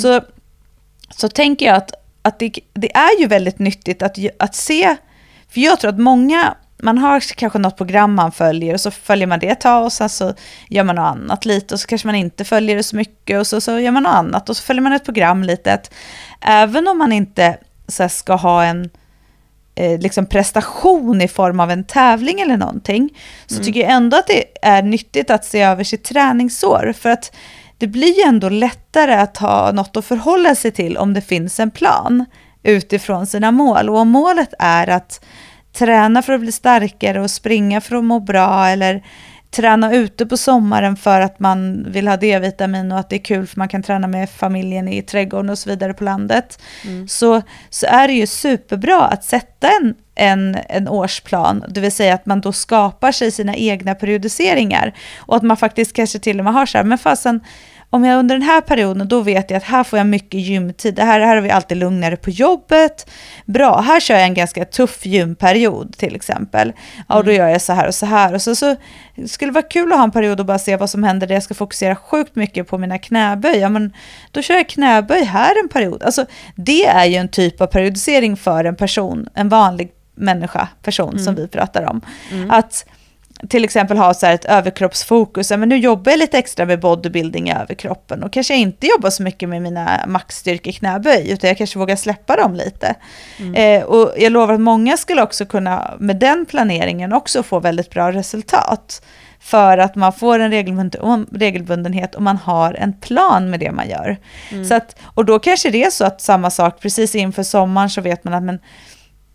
så tänker jag att det är ju väldigt nyttigt att se, för jag tror att man har kanske något program man följer och så följer man det ett tag och sen så gör man något annat lite och så kanske man inte följer det så mycket och så gör man något annat och så följer man ett program lite. Även om man inte så ska ha en liksom prestation i form av en tävling eller någonting, så tycker jag ändå att det är nyttigt att se över sitt träningsår, för att det blir ju ändå lättare att ha något att förhålla sig till om det finns en plan utifrån sina mål. Och om målet är att träna för att bli starkare och springa för att må bra, eller träna ute på sommaren för att man vill ha D-vitamin och att det är kul för man kan träna med familjen i trädgården och så vidare på landet, så är det ju superbra att sätta en årsplan, det vill säga att man då skapar sig sina egna periodiseringar och att man faktiskt kanske till och med har så här, men fasen, om jag under den här perioden, då vet jag att här får jag mycket gymtid. Det här har vi alltid lugnare på jobbet. Bra, här kör jag en ganska tuff gymperiod till exempel. Ja, och då gör jag så här och så här. Och så skulle det vara kul att ha en period och bara se vad som händer där jag ska fokusera sjukt mycket på mina knäböj. Ja, men då kör jag knäböj här en period. Alltså, det är ju en typ av periodisering för en person, en vanlig person som vi pratar om. Att till exempel ha så här ett överkroppsfokus. Men nu jobbar jag lite extra med bodybuilding i överkroppen och kanske inte jobbar så mycket med mina maxstyrkeknäböj, utan jag kanske vågar släppa dem lite. Och jag lovar att många skulle också kunna med den planeringen också få väldigt bra resultat, för att man får en regelbundenhet och man har en plan med det man gör. Så att, och då kanske det är så att samma sak precis inför sommaren, så vet man att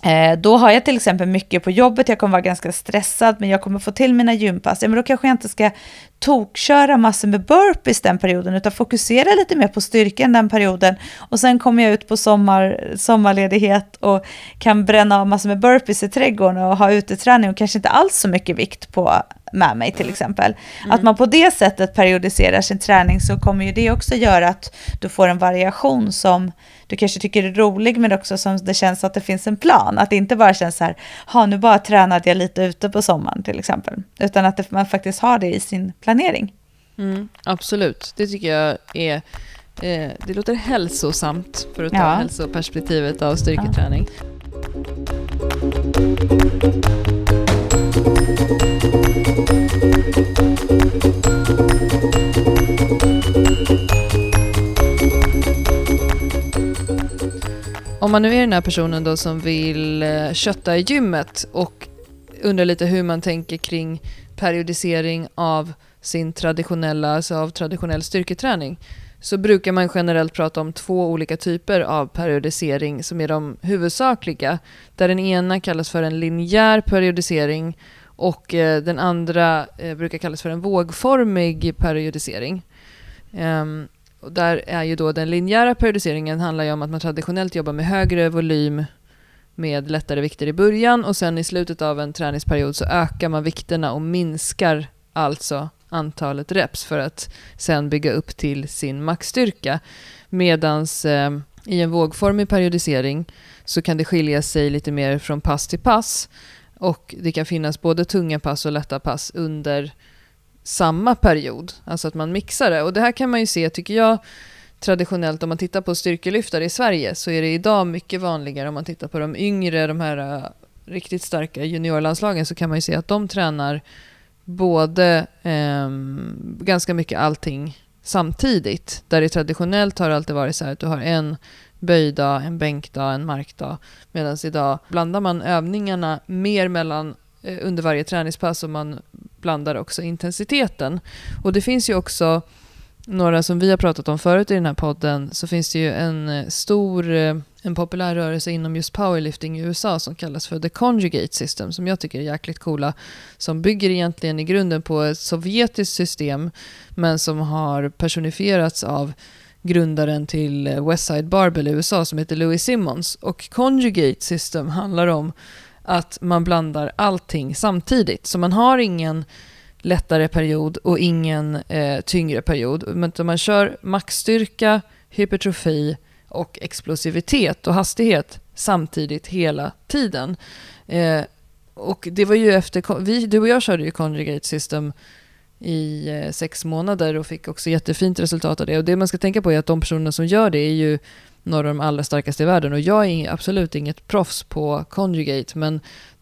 Då har jag till exempel mycket på jobbet, jag kommer vara ganska stressad, men jag kommer få till mina gympass. Men då kanske jag inte ska tokköra massor med burpees den perioden, utan fokusera lite mer på styrkan den perioden. Och sen kommer jag ut på sommarledighet och kan bränna av massor med burpees i trädgården och ha uteträning och kanske inte alls så mycket vikt med mig till exempel. Att man på det sättet periodiserar sin träning, så kommer ju det också göra att du får en variation som du kanske tycker är rolig, men också som det känns att det finns en plan. Att det inte bara känns så här, nu bara tränade jag lite ute på sommaren till exempel. Utan att man faktiskt har det i sin planering. Absolut, det tycker jag är... det låter hälsosamt för att ta hälsoperspektivet av styrketräning. Om man nu är den här personen då som vill kötta i gymmet och undrar lite hur man tänker kring periodisering av sin traditionell styrketräning, så brukar man generellt prata om 2 olika typer av periodisering som är de huvudsakliga. Där den ena kallas för en linjär periodisering och den andra brukar kallas för en vågformig periodisering. Och där är ju då den linjära periodiseringen handlar ju om att man traditionellt jobbar med högre volym med lättare vikter i början, och sen i slutet av en träningsperiod så ökar man vikterna och minskar alltså antalet reps för att sen bygga upp till sin maxstyrka. Medans i en vågformig periodisering så kan det skilja sig lite mer från pass till pass, och det kan finnas både tunga pass och lätta pass under samma period, alltså att man mixar det. Och det här kan man ju se, tycker jag, traditionellt om man tittar på styrkelyftare i Sverige, så är det idag mycket vanligare om man tittar på de yngre, de här riktigt starka juniorlandslagen, så kan man ju se att de tränar både ganska mycket allting samtidigt. Där det traditionellt har alltid varit så här att du har en böjdag, en bänkdag, en markdag, medan idag blandar man övningarna mer mellan under varje träningspass, och man blandar också intensiteten. Och det finns ju också några som vi har pratat om förut i den här podden, så finns det ju en populär rörelse inom just powerlifting i USA som kallas för The Conjugate System, som jag tycker är jäkligt coola, som bygger egentligen i grunden på ett sovjetiskt system, men som har personifierats av grundaren till Westside Barbell i USA som heter Louis Simmons. Och Conjugate System handlar om att man blandar allting samtidigt. Så man har ingen lättare period och ingen tyngre period. Men man kör maxstyrka, hypertrofi och explosivitet och hastighet samtidigt hela tiden. Och det var ju du och jag körde ju Conjugate System i 6 månader och fick också jättefint resultat av det. Och det man ska tänka på är att de personer som gör det är ju några av de allra starkaste i världen. Och jag är absolut inget proffs på Conjugate, men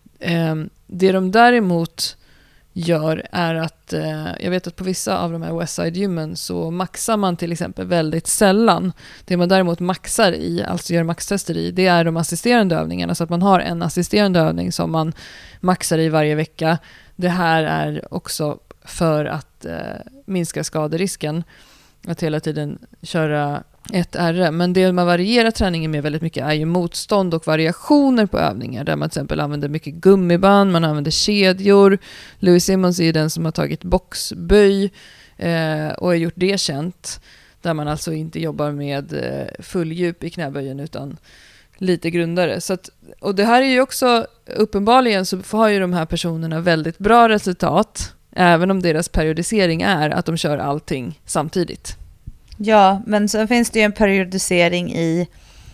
det de däremot gör är att jag vet att på vissa av de här Westside-gymmen så maxar man till exempel väldigt sällan. Det man däremot maxar i, alltså gör maxtester i, det är de assisterande övningarna, så att man har en assisterande övning som man maxar i varje vecka. Det här är också för att minska skaderisken, att hela tiden köra ett R. Men det man varierar träningen med väldigt mycket är ju motstånd och variationer på övningar, där man till exempel använder mycket gummiband, man använder kedjor. Louis Simmons är den som har tagit boxböj och har gjort det känt, där man alltså inte jobbar med full djup i knäböjen utan lite grundare. Så att, och det här är ju också, uppenbarligen så har ju de här personerna väldigt bra resultat, även om deras periodisering är att de kör allting samtidigt. Ja, men så finns det ju en periodisering i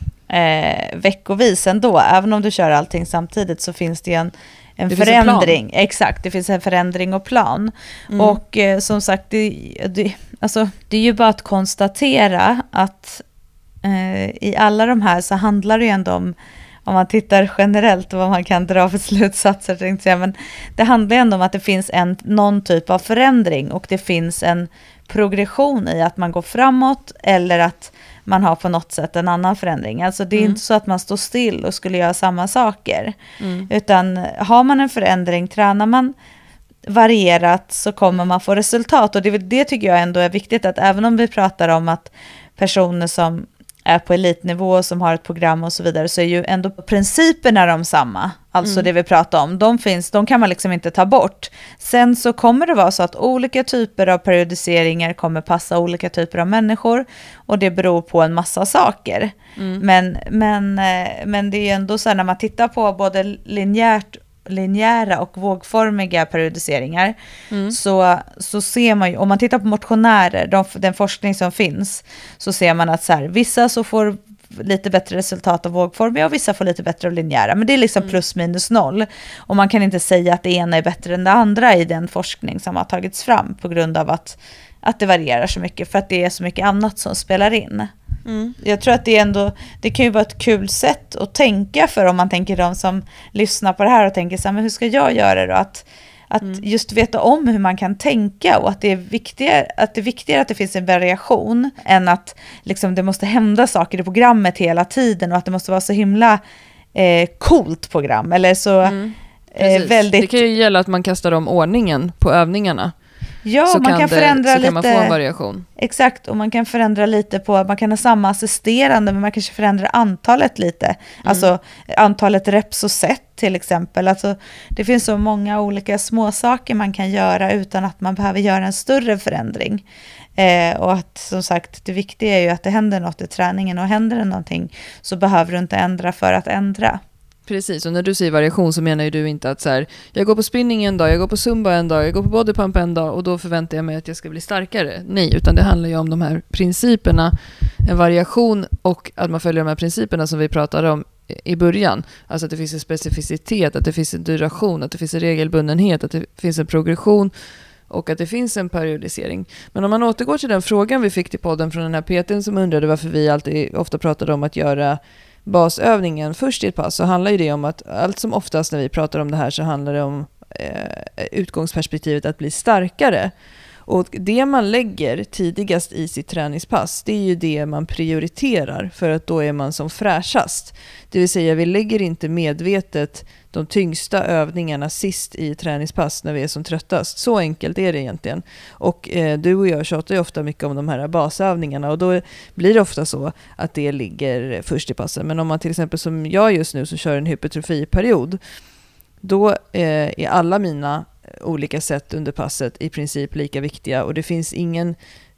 veckovis ändå. Även om du kör allting samtidigt så finns det en förändring. Exakt, det finns en förändring och plan. Och som sagt, det är ju bara att konstatera att i alla de här så handlar det ju ändå om man tittar generellt och vad man kan dra för slutsatser, tänkte jag, men det handlar ändå om att det finns någon typ av förändring, och det finns en progression i att man går framåt eller att man har på något sätt en annan förändring. Alltså det är inte så att man står still och skulle göra samma saker, utan har man en förändring, tränar man varierat, så kommer man få resultat. Och det tycker jag ändå är viktigt, att även om vi pratar om att personer som är på elitnivå, som har ett program och så vidare, så är ju ändå principerna de samma. Alltså det vi pratar om, de kan man liksom inte ta bort. Sen så kommer det vara så att olika typer av periodiseringar kommer passa olika typer av människor, och det beror på en massa saker. Men det är ju ändå så här, när man tittar på både linjära och vågformiga periodiseringar, så ser man ju, om man tittar på motionärer, den forskning som finns, så ser man att så här, vissa så får lite bättre resultat av vågformiga och vissa får lite bättre av linjära, men det är liksom plus minus noll, och man kan inte säga att det ena är bättre än det andra i den forskning som har tagits fram, på grund av att det varierar så mycket, för att det är så mycket annat som spelar in. Jag tror att det kan ju vara ett kul sätt att tänka, för om man tänker de som lyssnar på det här och tänker så här, men hur ska jag göra då? Att just veta om hur man kan tänka, och att det är viktigare att det finns en variation än att liksom det måste hända saker i programmet hela tiden, och att det måste vara så himla coolt program eller så väldigt... Det kan ju gälla att man kastar om ordningen på övningarna. Ja, så man kan förändra lite. Så kan man få en variation. Exakt, och man kan förändra lite på, man kan ha samma assisterande, men man kanske förändrar antalet lite. Alltså antalet reps och set till exempel. Alltså, det finns så många olika små saker man kan göra utan att man behöver göra en större förändring. Och att, som sagt, det viktiga är ju att det händer något i träningen, och händer det någonting så behöver du inte ändra för att ändra. Precis, och när du säger variation så menar ju du inte att så här, jag går på spinning en dag, jag går på zumba en dag, jag går på bodypump en dag, och då förväntar jag mig att jag ska bli starkare. Nej, utan det handlar ju om de här principerna, en variation, och att man följer de här principerna som vi pratade om i början. Alltså att det finns en specificitet, att det finns en duration, att det finns en regelbundenhet, att det finns en progression, och att det finns en periodisering. Men om man återgår till den frågan vi fick till podden från den här PT:n som undrade varför vi alltid ofta pratade om att göra basövningen först i ett pass, så handlar ju det om att allt som oftast när vi pratar om det här så handlar det om utgångsperspektivet att bli starkare. Och det man lägger tidigast i sitt träningspass, det är ju det man prioriterar, för att då är man som fräschast. Det vill säga, vi lägger inte medvetet de tyngsta övningarna sist i träningspass när vi är som tröttast. Så enkelt är det egentligen. Och du och jag tjatar ju ofta mycket om de här basövningarna, och då blir det ofta så att det ligger först i passen. Men om man till exempel, som jag just nu, så kör en hypertrofiperiod, då är alla mina olika sätt under passet i princip lika viktiga, och det finns ingen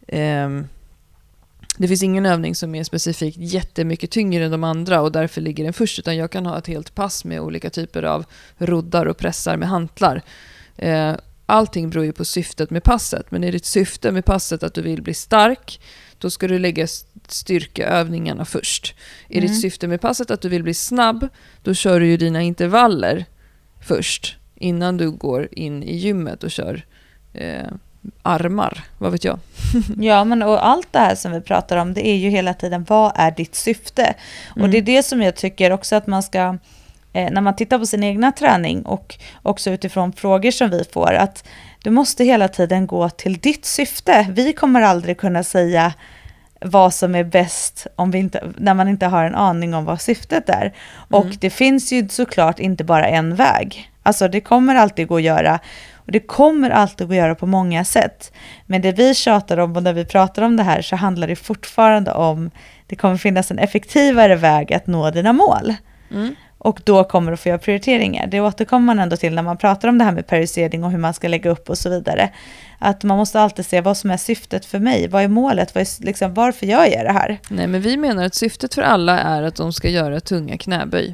övning som är specifikt jättemycket tyngre än de andra och därför ligger den först, utan jag kan ha ett helt pass med olika typer av roddar och pressar med hantlar. Allting beror ju på syftet med passet, men är ditt syfte med passet att du vill bli stark, då ska du lägga styrkeövningarna först. Är ditt syfte med passet att du vill bli snabb, då kör du ju dina intervaller först, innan du går in i gymmet och kör armar, vad vet jag. Ja, men och allt det här som vi pratar om, det är ju hela tiden, vad är ditt syfte? Och det är det som jag tycker också att man ska, när man tittar på sin egna träning och också utifrån frågor som vi får, att du måste hela tiden gå till ditt syfte. Vi kommer aldrig kunna säga vad som är bäst när man inte har en aning om vad syftet är. Och det finns ju såklart inte bara en väg. Alltså det kommer alltid gå att göra, och det kommer alltid gå att göra på många sätt. Men det vi tjatar om, och när vi pratar om det här, så handlar det fortfarande om, det kommer finnas en effektivare väg att nå dina mål. Och då kommer du få göra prioriteringar. Det återkommer man ändå till när man pratar om det här med periodisering och hur man ska lägga upp och så vidare. Att man måste alltid se vad som är syftet för mig. Vad är målet? Varför gör jag det här? Nej, men vi menar att syftet för alla är att de ska göra tunga knäböj.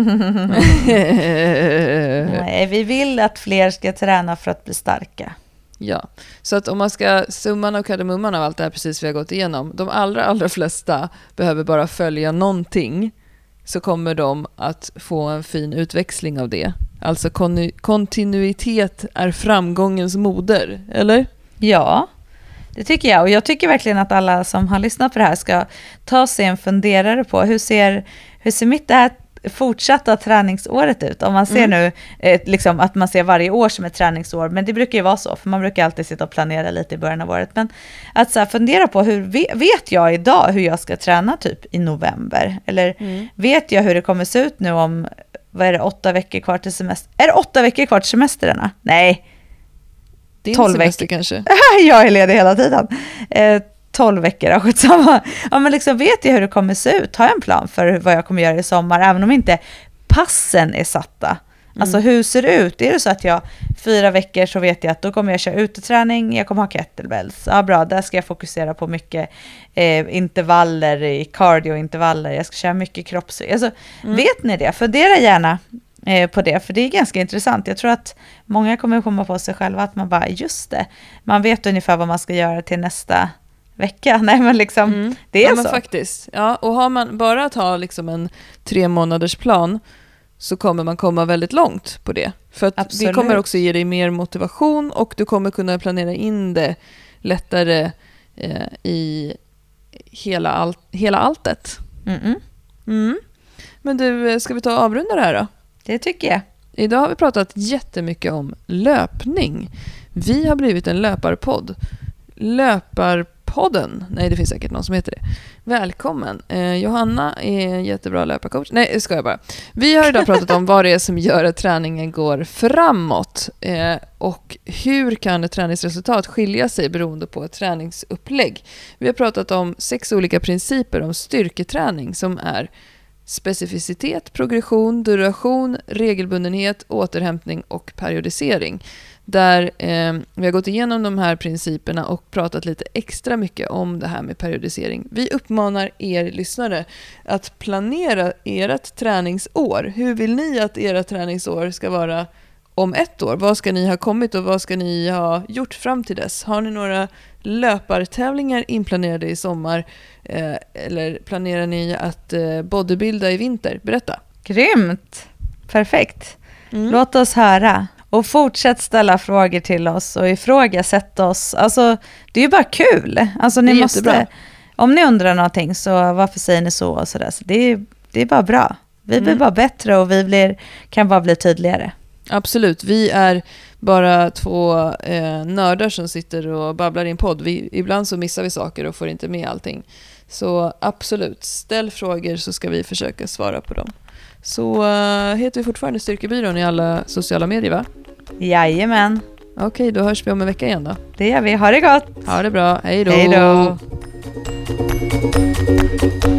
Nej, vi vill att fler ska träna för att bli starka. Ja, så att om man ska summan och kardemumman av allt det här precis vi har gått igenom, de allra flesta behöver bara följa någonting, så kommer de att få en fin utväxling av det. Alltså kontinuitet är framgångens moder, eller? Ja, det tycker jag. Och jag tycker verkligen att alla som har lyssnat på det här ska ta sig en funderare på hur ser mitt det här fortsatta träningsåret ut. Om man ser nu liksom att man ser varje år som ett träningsår, men det brukar ju vara så, för man brukar alltid sitta och planera lite i början av året, men att så här, fundera på hur vet jag idag hur jag ska träna typ i november, eller vet jag hur det kommer se ut nu om, vad är det, 8 veckor kvar till semester? Är det 8 veckor kvar till semesterna? Nej, Din 12 semester veckor kanske. Jag är ledig hela tiden. 12 veckor, skitsamma. Ja, men liksom vet jag hur det kommer se ut. Har jag en plan för vad jag kommer göra i sommar, även om inte passen är satta. Alltså hur ser det ut? Är det så att jag 4 veckor så vet jag att då kommer jag köra uteträning, jag kommer ha kettlebells. Ja, bra, där ska jag fokusera på mycket intervaller, i cardio-intervaller. Jag ska köra mycket kroppsvikt. Alltså, vet ni det? Fundera gärna på det, för det är ganska intressant. Jag tror att många kommer komma på sig själva att man bara, just det, man vet ungefär vad man ska göra till nästa vecka. Nej, men liksom, det är så. Men faktiskt. Ja, och har man bara att ha liksom en 3 månaders plan, så kommer man komma väldigt långt på det. För att det kommer också ge dig mer motivation, och du kommer kunna planera in det lättare i hela alltet. Men du, ska vi ta och avrunda det här då? Det tycker jag. Idag har vi pratat jättemycket om löpning. Vi har blivit en löparpodd. Löparpodden. Nej, det finns säkert någon som heter det. Välkommen. Johanna är en jättebra löparcoach. Nej, ska jag bara. Vi har idag pratat om vad det är som gör att träningen går framåt. Och hur kan ett träningsresultat skilja sig beroende på ett träningsupplägg. Vi har pratat om 6 olika principer om styrketräning som är specificitet, progression, duration, regelbundenhet, återhämtning och periodisering. Där vi har gått igenom de här principerna och pratat lite extra mycket om det här med periodisering. Vi uppmanar er lyssnare att planera ert träningsår. Hur vill ni att era träningsår ska vara om 1 år? Vad ska ni ha kommit och vad ska ni ha gjort fram till dess? Har ni några löpartävlingar inplanerade i sommar? Eller planerar ni att bodybuilda i vinter? Berätta. Grymt. Perfekt. Låt oss höra. Och fortsätt ställa frågor till oss och ifrågasätta oss. Alltså, det är ju bara kul. Alltså, ni måste, om ni undrar någonting, så varför säger ni så och sådär. Så det är bara bra. Vi blir bara bättre och vi kan bara bli tydligare. Absolut. Vi är bara 2 nördar som sitter och babblar i en podd. Ibland så missar vi saker och får inte med allting. Så absolut, ställ frågor så ska vi försöka svara på dem. Så heter vi fortfarande Styrkebyrån i alla sociala medier, va? Jajamän. Okej, då hörs vi om en vecka igen då. Det gör vi. Ha det gott. Ha det bra. Hej då. Hej då.